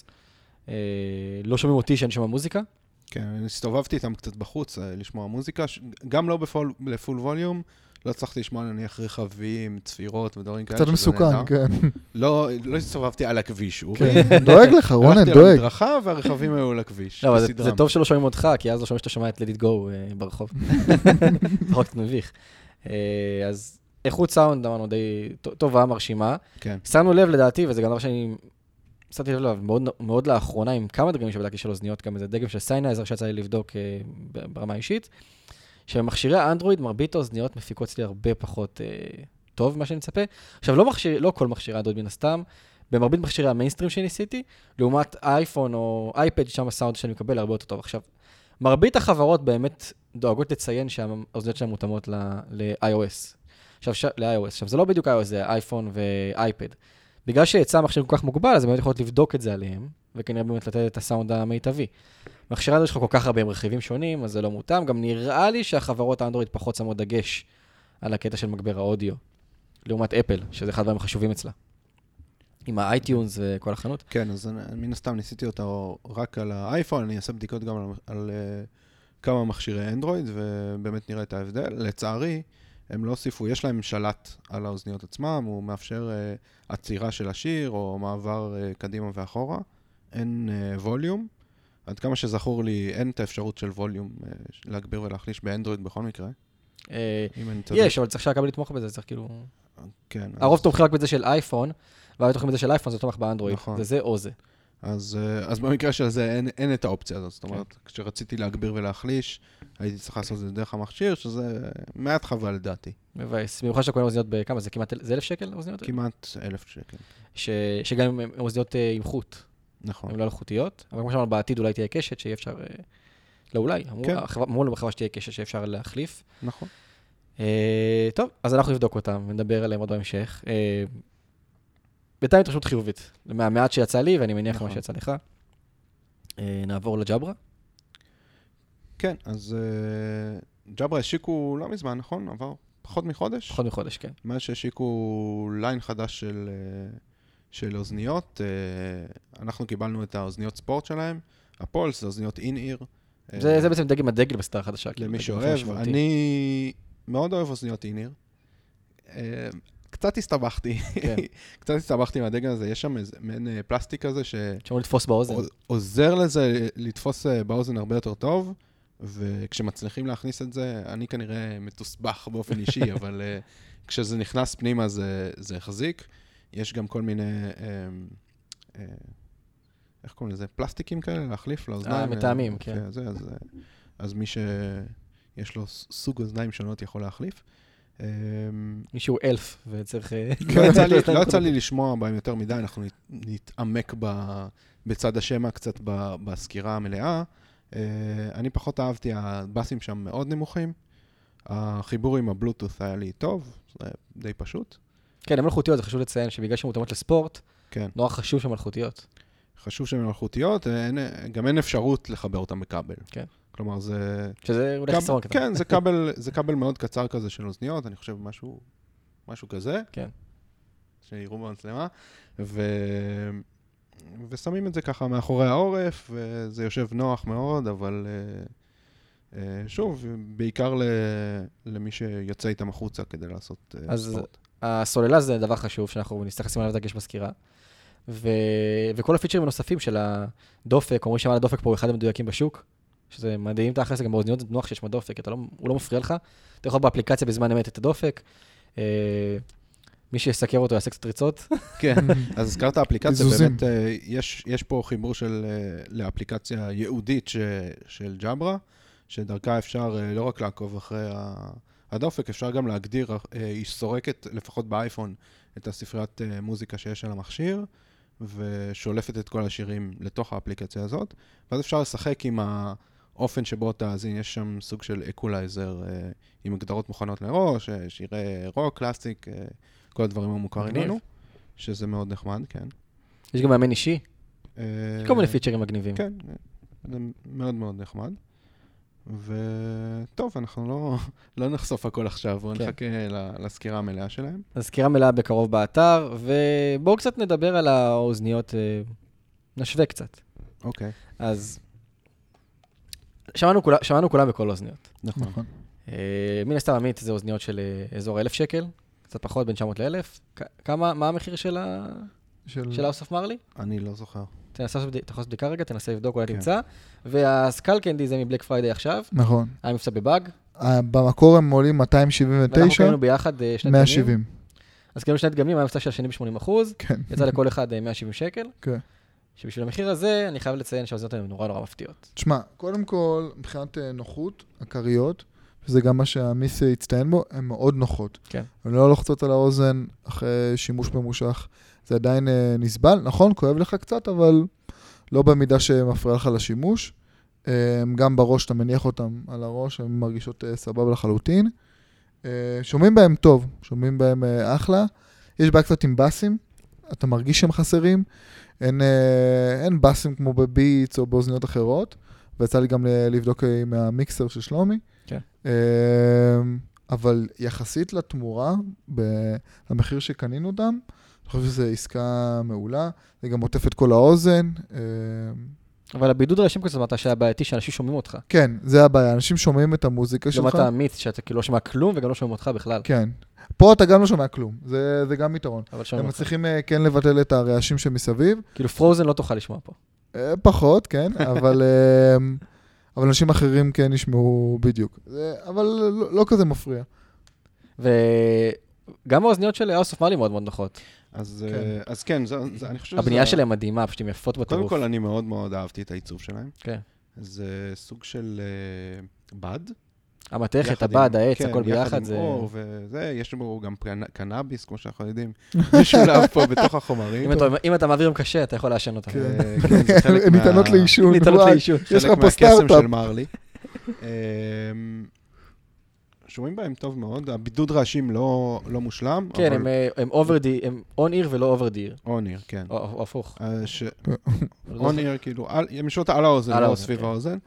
לא שומעים אותי שאני שומע מוזיקה. כן, אני הסתובבתי איתם קצת בחוץ לשמוע מוזיקה, גם לא בפול ווליום, לא הצלחתי לשמוע נניח רכבים, צפירות ודברים כאלה. קצת מסוכן, כן. לא הסתובבתי על הכביש. דואג לך, רונן, דואג. הלכתי על המדרכה והרכבים היו על הכביש. לא, אבל זה טוב שלא שומעים אותך, כי אז לא שומעים שאתה שומע את Let It Go ברחוב. זה רק נביך. אז איכות סאונד, אמרנו, די טובה, מרשימה. שמנו לב לדעתי, וזה גם דבר שאני שמתי לב לב, מאוד לאחרונה, עם כמה דגמים שבדקתי של אוזניות, גם איזה דגם של סיינייזר שיצא לי לבדוק ברמה אישית, שבמכשירי האנדרואיד מרבית האוזניות מפיקות אצלי הרבה פחות טוב ממה שאני מצפה. עכשיו, לא כל מכשירי האנדרואיד מן הסתם, במרבית מכשירי המיינסטרים שניסיתי, לעומת אייפון או אייפד, שם הסאונד שאני מקבל הרבה יותר טוב. עכשיו, מרבית החברות באמת דואגות לציין שהאוזניות שלהן מותאמות ל-iOS. עכשיו, זה לא בדיוק iOS, זה אייפון ואייפד. בגלל שיצא מכשיר כל כך מוגבל, אז באמת יכולות לבדוק את זה עליהם, וכנראה באמת לתת את הסאונד המיטבי. מכשירי אנדרואיד שלך כל כך הרבה עם רכיבים שונים, אז זה לא מותאם. גם נראה לי שהחברות האנדרואיד פחות שמות דגש על הקטע של מגבר האודיו, לעומת אפל, שזה אחד הדברים החשובים אצלה. עם האייטיונס וכל החנות. כן, אז מן הסתם ניסיתי אותו רק על האייפון, אני אעשה בדיקות גם על כמה מכשירי אנדרואיד, ובאמת נראה את ההבדל. לצערי, הם לא הוסיפו, יש להם שלט על האוזניות עצמם, הוא מאפשר עצירה של השיר, או מעבר קדימה ואחורה. אין ווליום. עד כמה שזכור לי, אין את האפשרות של ווליום להגביר ולהחליש באנדרואיד בכל מקרה. יש, אבל צריך שהקבל לתמוך בזה, צריך כאילו... כן. הרוב תומכים רק בזה של אייפון, והרוב תומכים בזה של אייפון, זה תומך באנדרואיד. זה זה או זה. אז במקרה של זה אין את האופציה הזאת. זאת אומרת, כשרציתי להגביר ולהחליש, הייתי צריך לעשות את זה דרך המכשיר, שזה מעט חבל לדעתי. מבאס. במיוחד שאתה קונה אוזניות בכמה? זה כמעט 1,000 שקל אוזניות? כמעט 1,000 שקל. שגם הן אוזניות עם חוט. נכון. הן לא איכותיות, אבל כמו שאמרנו, בעתיד אולי תהיה קשת שאי אפשר... לא אולי, אמרו לו בחברה שתהיה קשת שאפשר להחליף. נכון. טוב, אז אנחנו נבדוק אותם ונדבר עליהם עוד בהמשך. בינתיים התרשמות חיובית, מהמעט שיצא לי, ואני מניח מה שיצא לך. נעבור לג'ברה. כן, אז ג'ברה השיקו לא מזמן, נכון? עבר פחות מחודש? פחות מחודש, כן. מה שהשיקו ליין חדש של אוזניות, אנחנו קיבלנו את האוזניות ספורט שלהם, הפולס, זה אוזניות אין-איר. זה בעצם דגם הדגל בסטאר החדשה. למי שאוהב, אני מאוד אוהב אוזניות אין-איר. קצת הסתבכתי. קצת הסתבכתי מהדגם הזה. יש שם איזה מעין פלסטיק כזה שאמור לתפוס באוזן. עוזר לזה לתפוס באוזן הרבה יותר טוב, וכשמצליחים להכניס את זה, אני כנראה מתוסבך באופן אישי, אבל כשזה נכנס פנימה זה חזיק. יש גם כל מיני, איך קוראים לזה? פלסטיקים כאלה, להחליף לאוזניים. מטעמים, כן. אז מי שיש לו סוג אוזניים שונות יכול להחליף. מישהו אלף, וצריך... לא יצא לי לשמוע בהם יותר מדי, אנחנו נתעמק בצד השמע קצת בסקירה המלאה. אני פחות אהבתי, הבאסים שם מאוד נמוכים. החיבור עם הבלוטות' היה לי טוב, זה די פשוט. כן, הן מלאכותיות, זה חשוב לציין שבגלל שהן מותאמות לספורט, נורא חשוב שהן מלאכותיות. חשוב שהן מלאכותיות, גם אין אפשרות לחבר אותן בכבל. כן. כלומר, זה... שזה אולי חסרון קטן. כן, זה כבל מאוד קצר כזה של אוזניות, אני חושב משהו כזה. כן. שיראו במצלמה. ושמים את זה ככה מאחורי העורף, וזה יושב נוח מאוד, אבל שוב, בעיקר למי שיוצא איתם החוצה כדי לעשות ספורט. הסוללה זה דבר חשוב, שאנחנו נצטרך לשים עליו דגש בסקירה. וכל הפיצ'רים הנוספים של הדופק, אומרים שמה לדופק פה הוא אחד המדויקים בשוק, שזה מדהים תכלס, גם באוזניות זה נוח שיש מה דופק, הוא לא מפריע לך, אתה יכול באפליקציה בזמן אמת את הדופק, מי שיסקר אותו יעשה קצת ריצות. כן, אז הזכרת האפליקציה, באמת יש פה חיבור לאפליקציה ייעודית של ג'אברה, שדרכה אפשר לא רק לעקוב אחרי הדופק, אפשר גם להגדיר, היא סורקת לפחות באייפון את הספריית מוזיקה שיש על המכשיר, ושולפת את כל השירים לתוך האפליקציה הזאת, ואז אפשר לשחק עם האופן שבו תאזין, יש שם סוג של אקולייזר עם הגדרות מוכנות לראש, שירי רוק, קלאסיק, כל הדברים המוכרים לנו, שזה מאוד נחמד, כן. יש גם מאמן אישי? יש כל מיני פיצ'רים מגניבים. כן, זה מאוד מאוד נחמד. וטוב, אנחנו לא נחשוף הכל עכשיו, בואו נחכה לסקירה המלאה שלהם. הסקירה מלאה בקרוב באתר, ובואו קצת נדבר על האוזניות, נשווה קצת. אוקיי. אז שמענו כולם בכל האוזניות. נכון. מן הסתם עמית זה אוזניות של אזור 1,000 שקל, קצת פחות, בין 900 ל-1,000. מה המחיר של האוסף מרלי? אני לא זוכר. תנסה בדיקה רגע, תנסה לבדוק, אולי תמצא. והסקל קנדי זה מבלק פריידי עכשיו. נכון. היה מבצע בבאג. במקור הם עולים 279. ואנחנו קנינו ביחד שני דגמים. 170. אז קנינו שני דגמים, היה מבצע של השני ב-80%. כן. יצא לכל אחד 170 שקל. כן. שבשביל המחיר הזה, אני חייב לציין שהאוזניות הן נורא נורא מפתיעות. תשמע, קודם כל, מבחינת נוחות, הקריות, וזה גם מה שהמיס הצטיין בו, הן מאוד נוחות. כן. הן לא לוחצות על האוזן אחרי שימוש ממושך. זה עדיין נסבל, נכון, כואב לך קצת, אבל לא במידה שמפריע לך לשימוש. גם בראש, אתה מניח אותם על הראש, הן מרגישות סבבה לחלוטין. שומעים בהם טוב, שומעים בהם אחלה. יש בעיה קצת עם בסים, אתה מרגיש שהם חסרים. אין בסים כמו בביטס או באוזניות אחרות, ויצא לי גם לבדוק עם המיקסר של שלומי. כן. אבל יחסית לתמורה, למחיר שקנינו אותם, אני חושב שזו עסקה מעולה, זה גם מוטף את כל האוזן. אבל הבידוד רעשים כזה, אמרת שהיה בעייתי שאנשים שומעים אותך. כן, זה הבעיה, אנשים שומעים את המוזיקה שלך. לעומת האמיץ, שאתה כאילו לא שומע כלום וגם לא שומעים אותך בכלל. כן, פה אתה גם לא שומע כלום, זה גם יתרון. הם מצליחים כן לבטל את הרעשים שמסביב. כאילו פרוזן לא תוכל לשמוע פה. פחות, כן, אבל אנשים אחרים כן ישמעו בדיוק. אבל לא כזה מפריע. וגם האוזניות של אוסף מרלי מאוד מאוד נוחות. אז כן, אני חושב שזה... הבנייה שלהם מדהימה, פשוט הן יפות בטירוף. קודם כל, אני מאוד מאוד אהבתי את העיצוב שלהם. כן. זה סוג של בד. המתכת, הבד, העץ, הכל ביחד. יחד עם אור וזה, יש בו גם קנאביס, כמו שאנחנו יודעים. משולב פה בתוך החומרים. אם אתה מעביר קשה, אתה יכול לעשן אותם. כן, זה חלק מה... ניתנות לעישון. יש לך פה סטארט-אפ. חלק מהקסם של מרלי. שומעים בהם טוב מאוד, הבידוד רעשים לא מושלם. כן, הם on-ear ולא over-ear. on-ear, כן. או הפוך. on-ear, כאילו, הם יושבות על האוזן, לא סביב האוזן.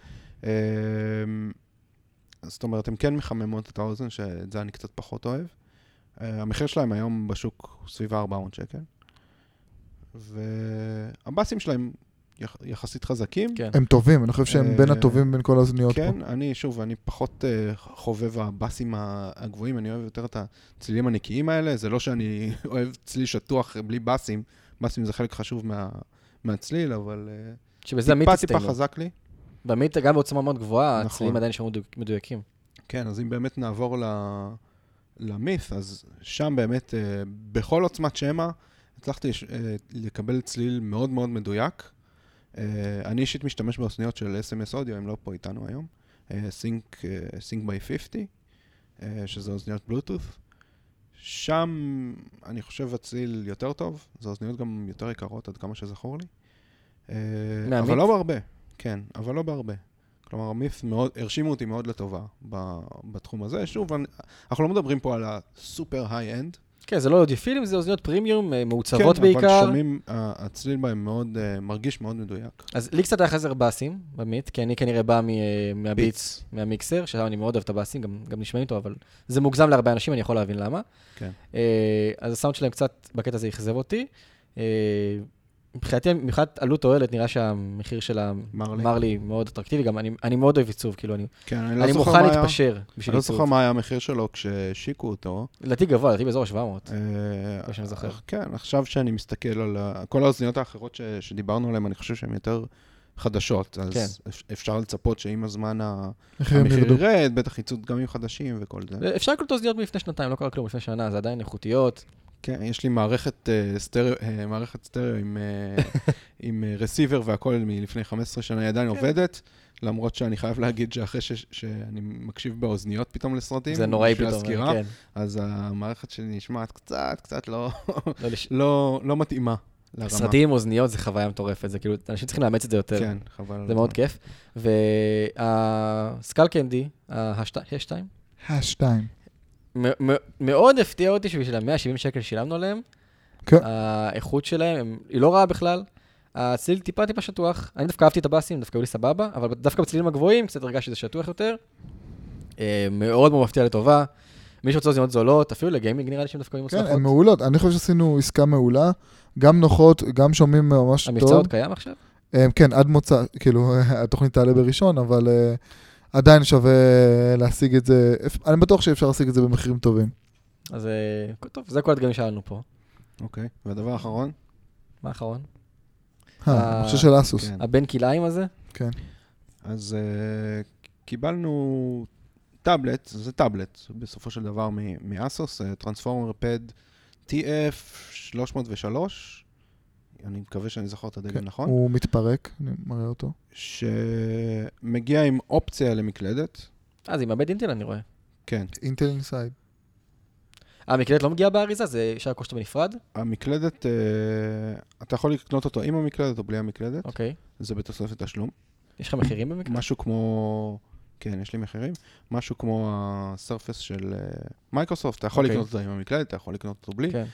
זאת אומרת, הם כן מחממות את האוזן, שאת זה אני קצת פחות אוהב. המחיר שלהם היום בשוק סביב 400 שקל. והבאסים שלהם יחסית חזקים. כן. הם טובים, אני חושב שהם בין הטובים בין כל האוזניות פה. כן, אני פחות חובב הבאסים הגבוהים, אני אוהב יותר את הצלילים הנקיים האלה, זה לא שאני אוהב צליל שטוח בלי באסים, באסים זה חלק חשוב מהצליל, אבל טיפה חזק לי. במיט גם בעוצמה מאוד גבוהה, הצלילים עדיין נשארו מדויקים. כן, אז אם באמת נעבור למית', אז שם באמת, בכל עוצמת שמה, הצלחתי לקבל צליל מאוד מאוד מדויק. אני אישית משתמש באוזניות של SMS אודיו, הם לא פה איתנו היום. Sync by 50, שזה אוזניות בלוטות'. שם אני חושב הצליל יותר טוב, זה אוזניות גם יותר יקרות, עד כמה שזכור לי. אבל לא בהרבה, כן, אבל לא בהרבה. כלומר, המית' הרשימו אותי מאוד לטובה בתחום הזה. שוב, אנחנו לא מדברים פה על הסופר היי-אנד. כן, זה לא אודיופילים, זה אוזניות פרימיום, מעוצבות כן, בעיקר. כן, אבל שומעים, הצליל בהם מאוד, מרגיש מאוד מדויק. אז לי קצת היה חזר באסים במיט, כי אני כנראה בא מהביטס, מהמיקסר, ששם אני מאוד אוהב את הבאסים, גם נשמעים איתו, אבל זה מוגזם להרבה אנשים, אני יכול להבין למה. כן. אז הסאונד שלהם קצת בקטע הזה יחזב אותי. מבחינת עלות תועלת, נראה שהמחיר של המרלי מאוד אטרקטיבי, גם אני מאוד אוהב עיצוב, כאילו אני מוכן להתפשר בשביל אני עיצוב. לא זוכר מה היה המחיר שלו כששיקו אותו. לדעתי גבוה, לדעתי באזור 700. כן, עכשיו שאני מסתכל על כל האוזניות האחרות שדיברנו עליהן, אני חושב שהן יותר חדשות, אז אפשר לצפות שעם הזמן המחיר ירד, בטח יצאו דגמים חדשים וכל זה. אפשר לקלוט אוזניות מלפני שנתיים, לא קרה כלום לפני שנה, זה עדיין איכותיות. כן, יש לי מערכת סטריאו עם רסיבר והכל מלפני 15 שנה, היא עדיין עובדת, למרות שאני חייב להגיד שאחרי שאני מקשיב באוזניות פתאום לסרטים, זה נוראי פתאום, כן. אז המערכת שלי נשמעת קצת לא מתאימה לרמה. סרטים עם אוזניות זה חוויה מטורפת, זה כאילו, אנשים צריכים לאמץ את זה יותר. כן, חבל. זה מאוד כיף. והסקל קנדי, ה-2, מאוד הפתיע אותי שבשביל ה-170 שקל שילמנו עליהם. האיכות שלהם היא לא רעה בכלל. הצליל טיפה שטוח. אני דווקא אהבתי את הבאסים, דווקא היו לי סבבה, אבל דווקא בצלילים הגבוהים קצת הרגש שזה שטוח יותר. מאוד מאוד מפתיע לטובה. מי שרוצה אוזניות זולות, אפילו לגיימינג נראה לי שהם דווקא היו מוצלחות. כן, הן מעולות. אני חושב שעשינו עסקה מעולה. גם נוחות, גם שומעים ממש טוב. המבצע עוד קיים עכשיו? כן, עד מוצא, כאילו, התוכנית תעלה בראשון, אבל עדיין שווה להשיג את זה. אני בטוח שאפשר להשיג את זה במחירים טובים. אז טוב, זה כל הדגמים שלנו פה. אוקיי, והדבר האחרון? מה האחרון? המחשב של אסוס. הבן כלאיים הזה? כן. אז קיבלנו טאבלט, זה טאבלט, בסופו של דבר מאסוס, טרנספורמר פד TF303, אני מקווה שאני זוכר את הדגם נכון. הוא מתפרק, אני מראה אותו. שמגיע עם אופציה למקלדת. זה עם הבד אינטל אני רואה. כן. אינטל אינסייד. המקלדת לא מגיעה באריזה, זה אפשר לקושת בנפרד? המקלדת, אתה יכול לקנות אותו עם המקלדת או בלי המקלדת. אוקיי. זה בתוספת תשלום. יש לך מחירים במקלדת? משהו כמו... כן, יש לי מחירים. משהו כמו הסרפס של מייקרוסופט. אתה יכול לקנות אותו עם המקלדת, אתה יכול לקנות אותו בלי. כן.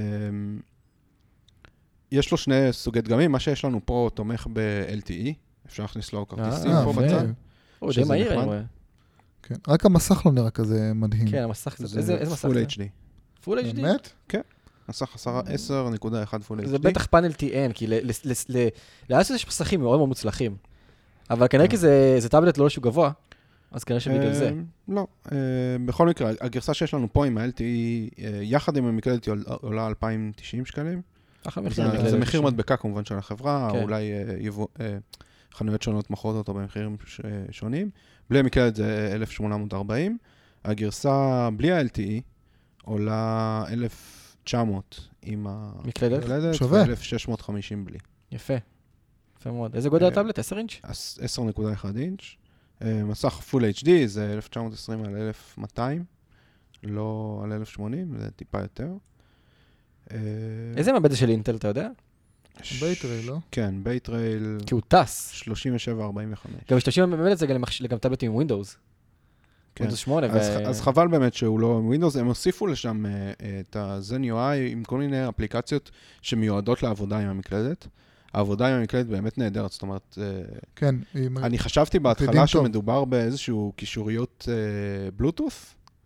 יש לו שני סוגי דגמים. מה שיש לנו פה תומך ב-LTE. אפשר להכניס לו כרטיסים פה בצד. הוא די מהיר, אני רואה. כן, רק המסך לא נראה כזה מדהים. כן, המסך קצת. איזה מסך זה? זה? Full HD. Full HD? באמת? כן. מסך 10.1 Full HD. זה בטח פאנל TN, כי לאסוס יש מסכים מאוד מאוד מוצלחים. אבל כנראה כי זה טאבלט לא משהו גבוה, אז כנראה שבגלל זה. לא. בכל מקרה, הגרסה שיש לנו פה עם ה-LTE, יחד עם המקלדת עולה 2,090 שקלים. זה מחיר מדבקה כמובן של החברה, אולי חנויות שונות מוכרות אותו במחירים שונים. בלי המקלדת זה 1,840. הגרסה בלי ה-LTE עולה 1,900 עם המקלדת, ו-1,650 בלי. יפה. יפה מאוד. איזה גודל הטאבלט? 10 אינץ'? 10.1 אינץ'. מסך Full HD זה 1920 על 1200, לא על 1080, זה טיפה יותר. איזה מעבד זה של אינטל, אתה יודע? בייטרייל, לא? כן, בייטרייל... כי הוא טס. 3745. גם משתמשים במעבד הזה גם טאבלטים עם ווינדוס. ווינדוס 8. אז חבל באמת שהוא לא עם ווינדוס, הם הוסיפו לשם את ה-Zen UI עם כל מיני אפליקציות שמיועדות לעבודה עם המקלדת. העבודה עם המקלדת באמת נהדרת, זאת אומרת... כן. אני חשבתי בהתחלה שמדובר באיזשהו קישוריות בלוטות',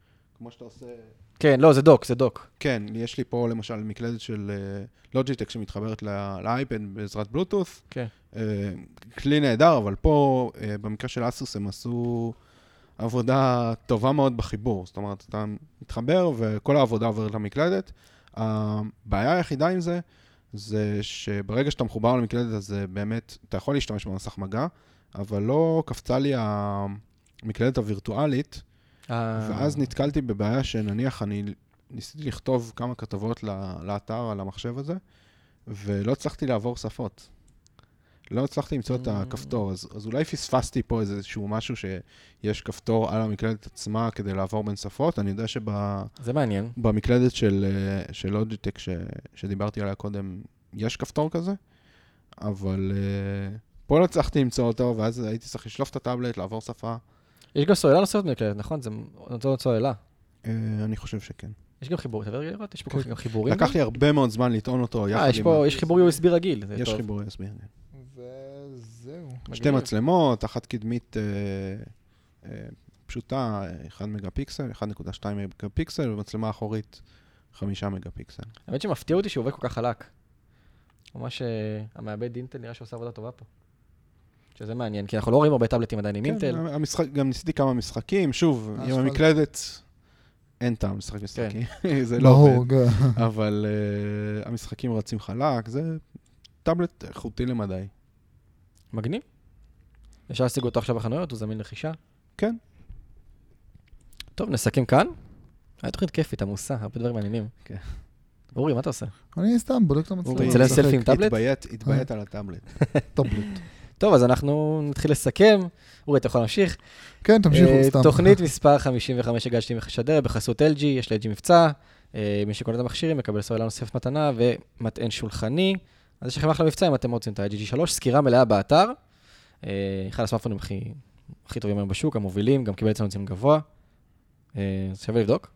כמו שאתה עושה... כן, לא, זה דוק. כן, יש לי פה למשל מקלדת של לוג'יטק שמתחברת לאייפד בעזרת בלוטות'. כן. כלי נהדר, אבל פה, במקרה של אסוס, הם עשו עבודה טובה מאוד בחיבור. זאת אומרת, אתה מתחבר וכל העבודה עוברת למקלדת. הבעיה היחידה עם זה, זה שברגע שאתה מחובר למקלדת, אז באמת, אתה יכול להשתמש במסך מגע, אבל לא קפצה לי המקלדת הווירטואלית, ואז נתקלתי בבעיה שנניח אני ניסיתי לכתוב כמה כתבות לאתר על המחשב הזה, ולא הצלחתי לעבור שפות. לא הצלחתי למצוא את הכפתור, אז אולי פספסתי פה איזשהו משהו שיש כפתור על המקלדת עצמה כדי לעבור בין שפות. אני יודע זה מעניין. במקלדת של לוג'יטק שדיברתי עליה קודם, יש כפתור כזה, אבל פה לא הצלחתי למצוא אותו, ואז הייתי צריך לשלוף את הטאבלט, לעבור שפה. יש גם סוללה נוספת במקלדת, נכון? זה נותן סוללה. אני חושב שכן. יש גם חיבור, תעבר לראות? יש פה גם חיבורים? לקח לי הרבה מאוד זמן לטעון אותו. יש חיבור USB רגיל. יש חיבור USB. וזהו. שתי מצלמות, אחת קדמית פשוטה, 1 מגה פיקסל, 1.2 מגה פיקסל, ומצלמה אחורית 5 מגה פיקסל. האמת שמפתיע אותי שהוא עובד כל כך חלק. ממש המעבד אינטל נראה שעושה עבודה טובה פה. שזה מעניין, כי אנחנו לא רואים הרבה טאבלטים עדיין עם אינטל. גם ניסיתי כמה משחקים, שוב, עם המקלדת אין טעם לשחק משחקים, זה לא עובד. אבל המשחקים רצים חלק, זה טאבלט איכותי למדי. מגניב. אפשר להשיג אותו עכשיו בחנויות, הוא זמין לחישה. כן. טוב, נסכם כאן. היה תוכנית כיפית, עמוסה, הרבה דברים מעניינים. כן. אורי, מה אתה עושה? אני סתם בודק את המצלמה. אורי, צלם סלפי עם טאבלט? התביית על הטאבלט. טאבלט. טוב, אז אנחנו נתחיל לסכם. אורי, אתה יכול להמשיך? כן, תמשיכו סתם. תוכנית מספר 55 הגשתי מחשדר בחסות LG, יש ל-LG מבצע. מי שקונה את המכשירים מקבל סוללה נוספת מתנה ומטען שולחני. אז יש לכם אחלה מבצע אם אתם רוצים את ה-LG G3, סקירה מלאה באתר. אחד הסמארטפונים הכי טובים היום בשוק, המובילים, גם קיבל אצלנו ציון גבוה. אז שווה לבדוק.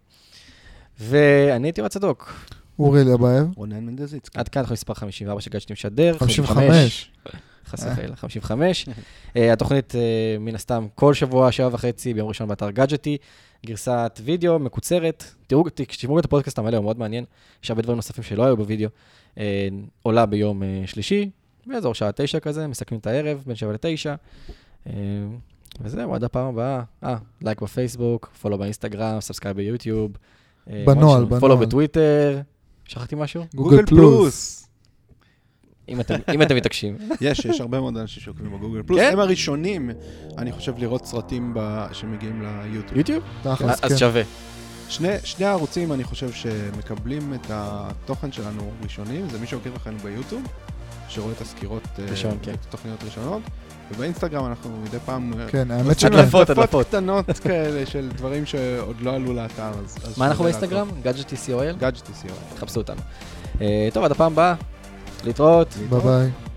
ואני הייתי רצדוק. אורי אליבאב. רונן מנדזיצקי. עד כאן תוכנית מספר 54 שהגשתי משדר. 55. חס וחלילה, 55. התוכנית מן הסתם כל שבוע, 7:30 ביום ראשון באתר גאדג'טי. גרסת וידאו מקוצרת. תשמעו את הפודקאסט המלא, הוא מאוד מעניין. יש הרבה דברים נוספים שלא היו בווידאו. עולה ביום שלישי, באזור שעה 9 כזה, מסכמים את הערב, בין 7 ל-9. וזהו, עד הפעם הבאה. לייק בפייסבוק, פולו באינסטגרם, סאבסקרייב ביוטיוב. בנועל. פולו בטוויטר. שכחתי משהו? גוגל פלוס. אם אתם מתעקשים. יש הרבה מאוד אנשים שעוקבים בגוגל פלוס. הם הראשונים, אני חושב, לראות סרטים שמגיעים ליוטיוב. יוטיוב? אז כן. שווה. שני הערוצים, אני חושב, שמקבלים את התוכן שלנו ראשונים, זה מי שעוקב לכם ביוטיוב, שרואה את הסקירות, את התוכניות ראשונות, ובאינסטגרם אנחנו מדי פעם... כן, האמת הדלפות קטנות כאלה של דברים שעוד לא עלו לאתר. מה אנחנו באינסטגרם? גאדג'טי COL? גאדג'טי COL. תחפשו אותנו. טוב, עד הפעם הבאה. להתראות. ביי ביי.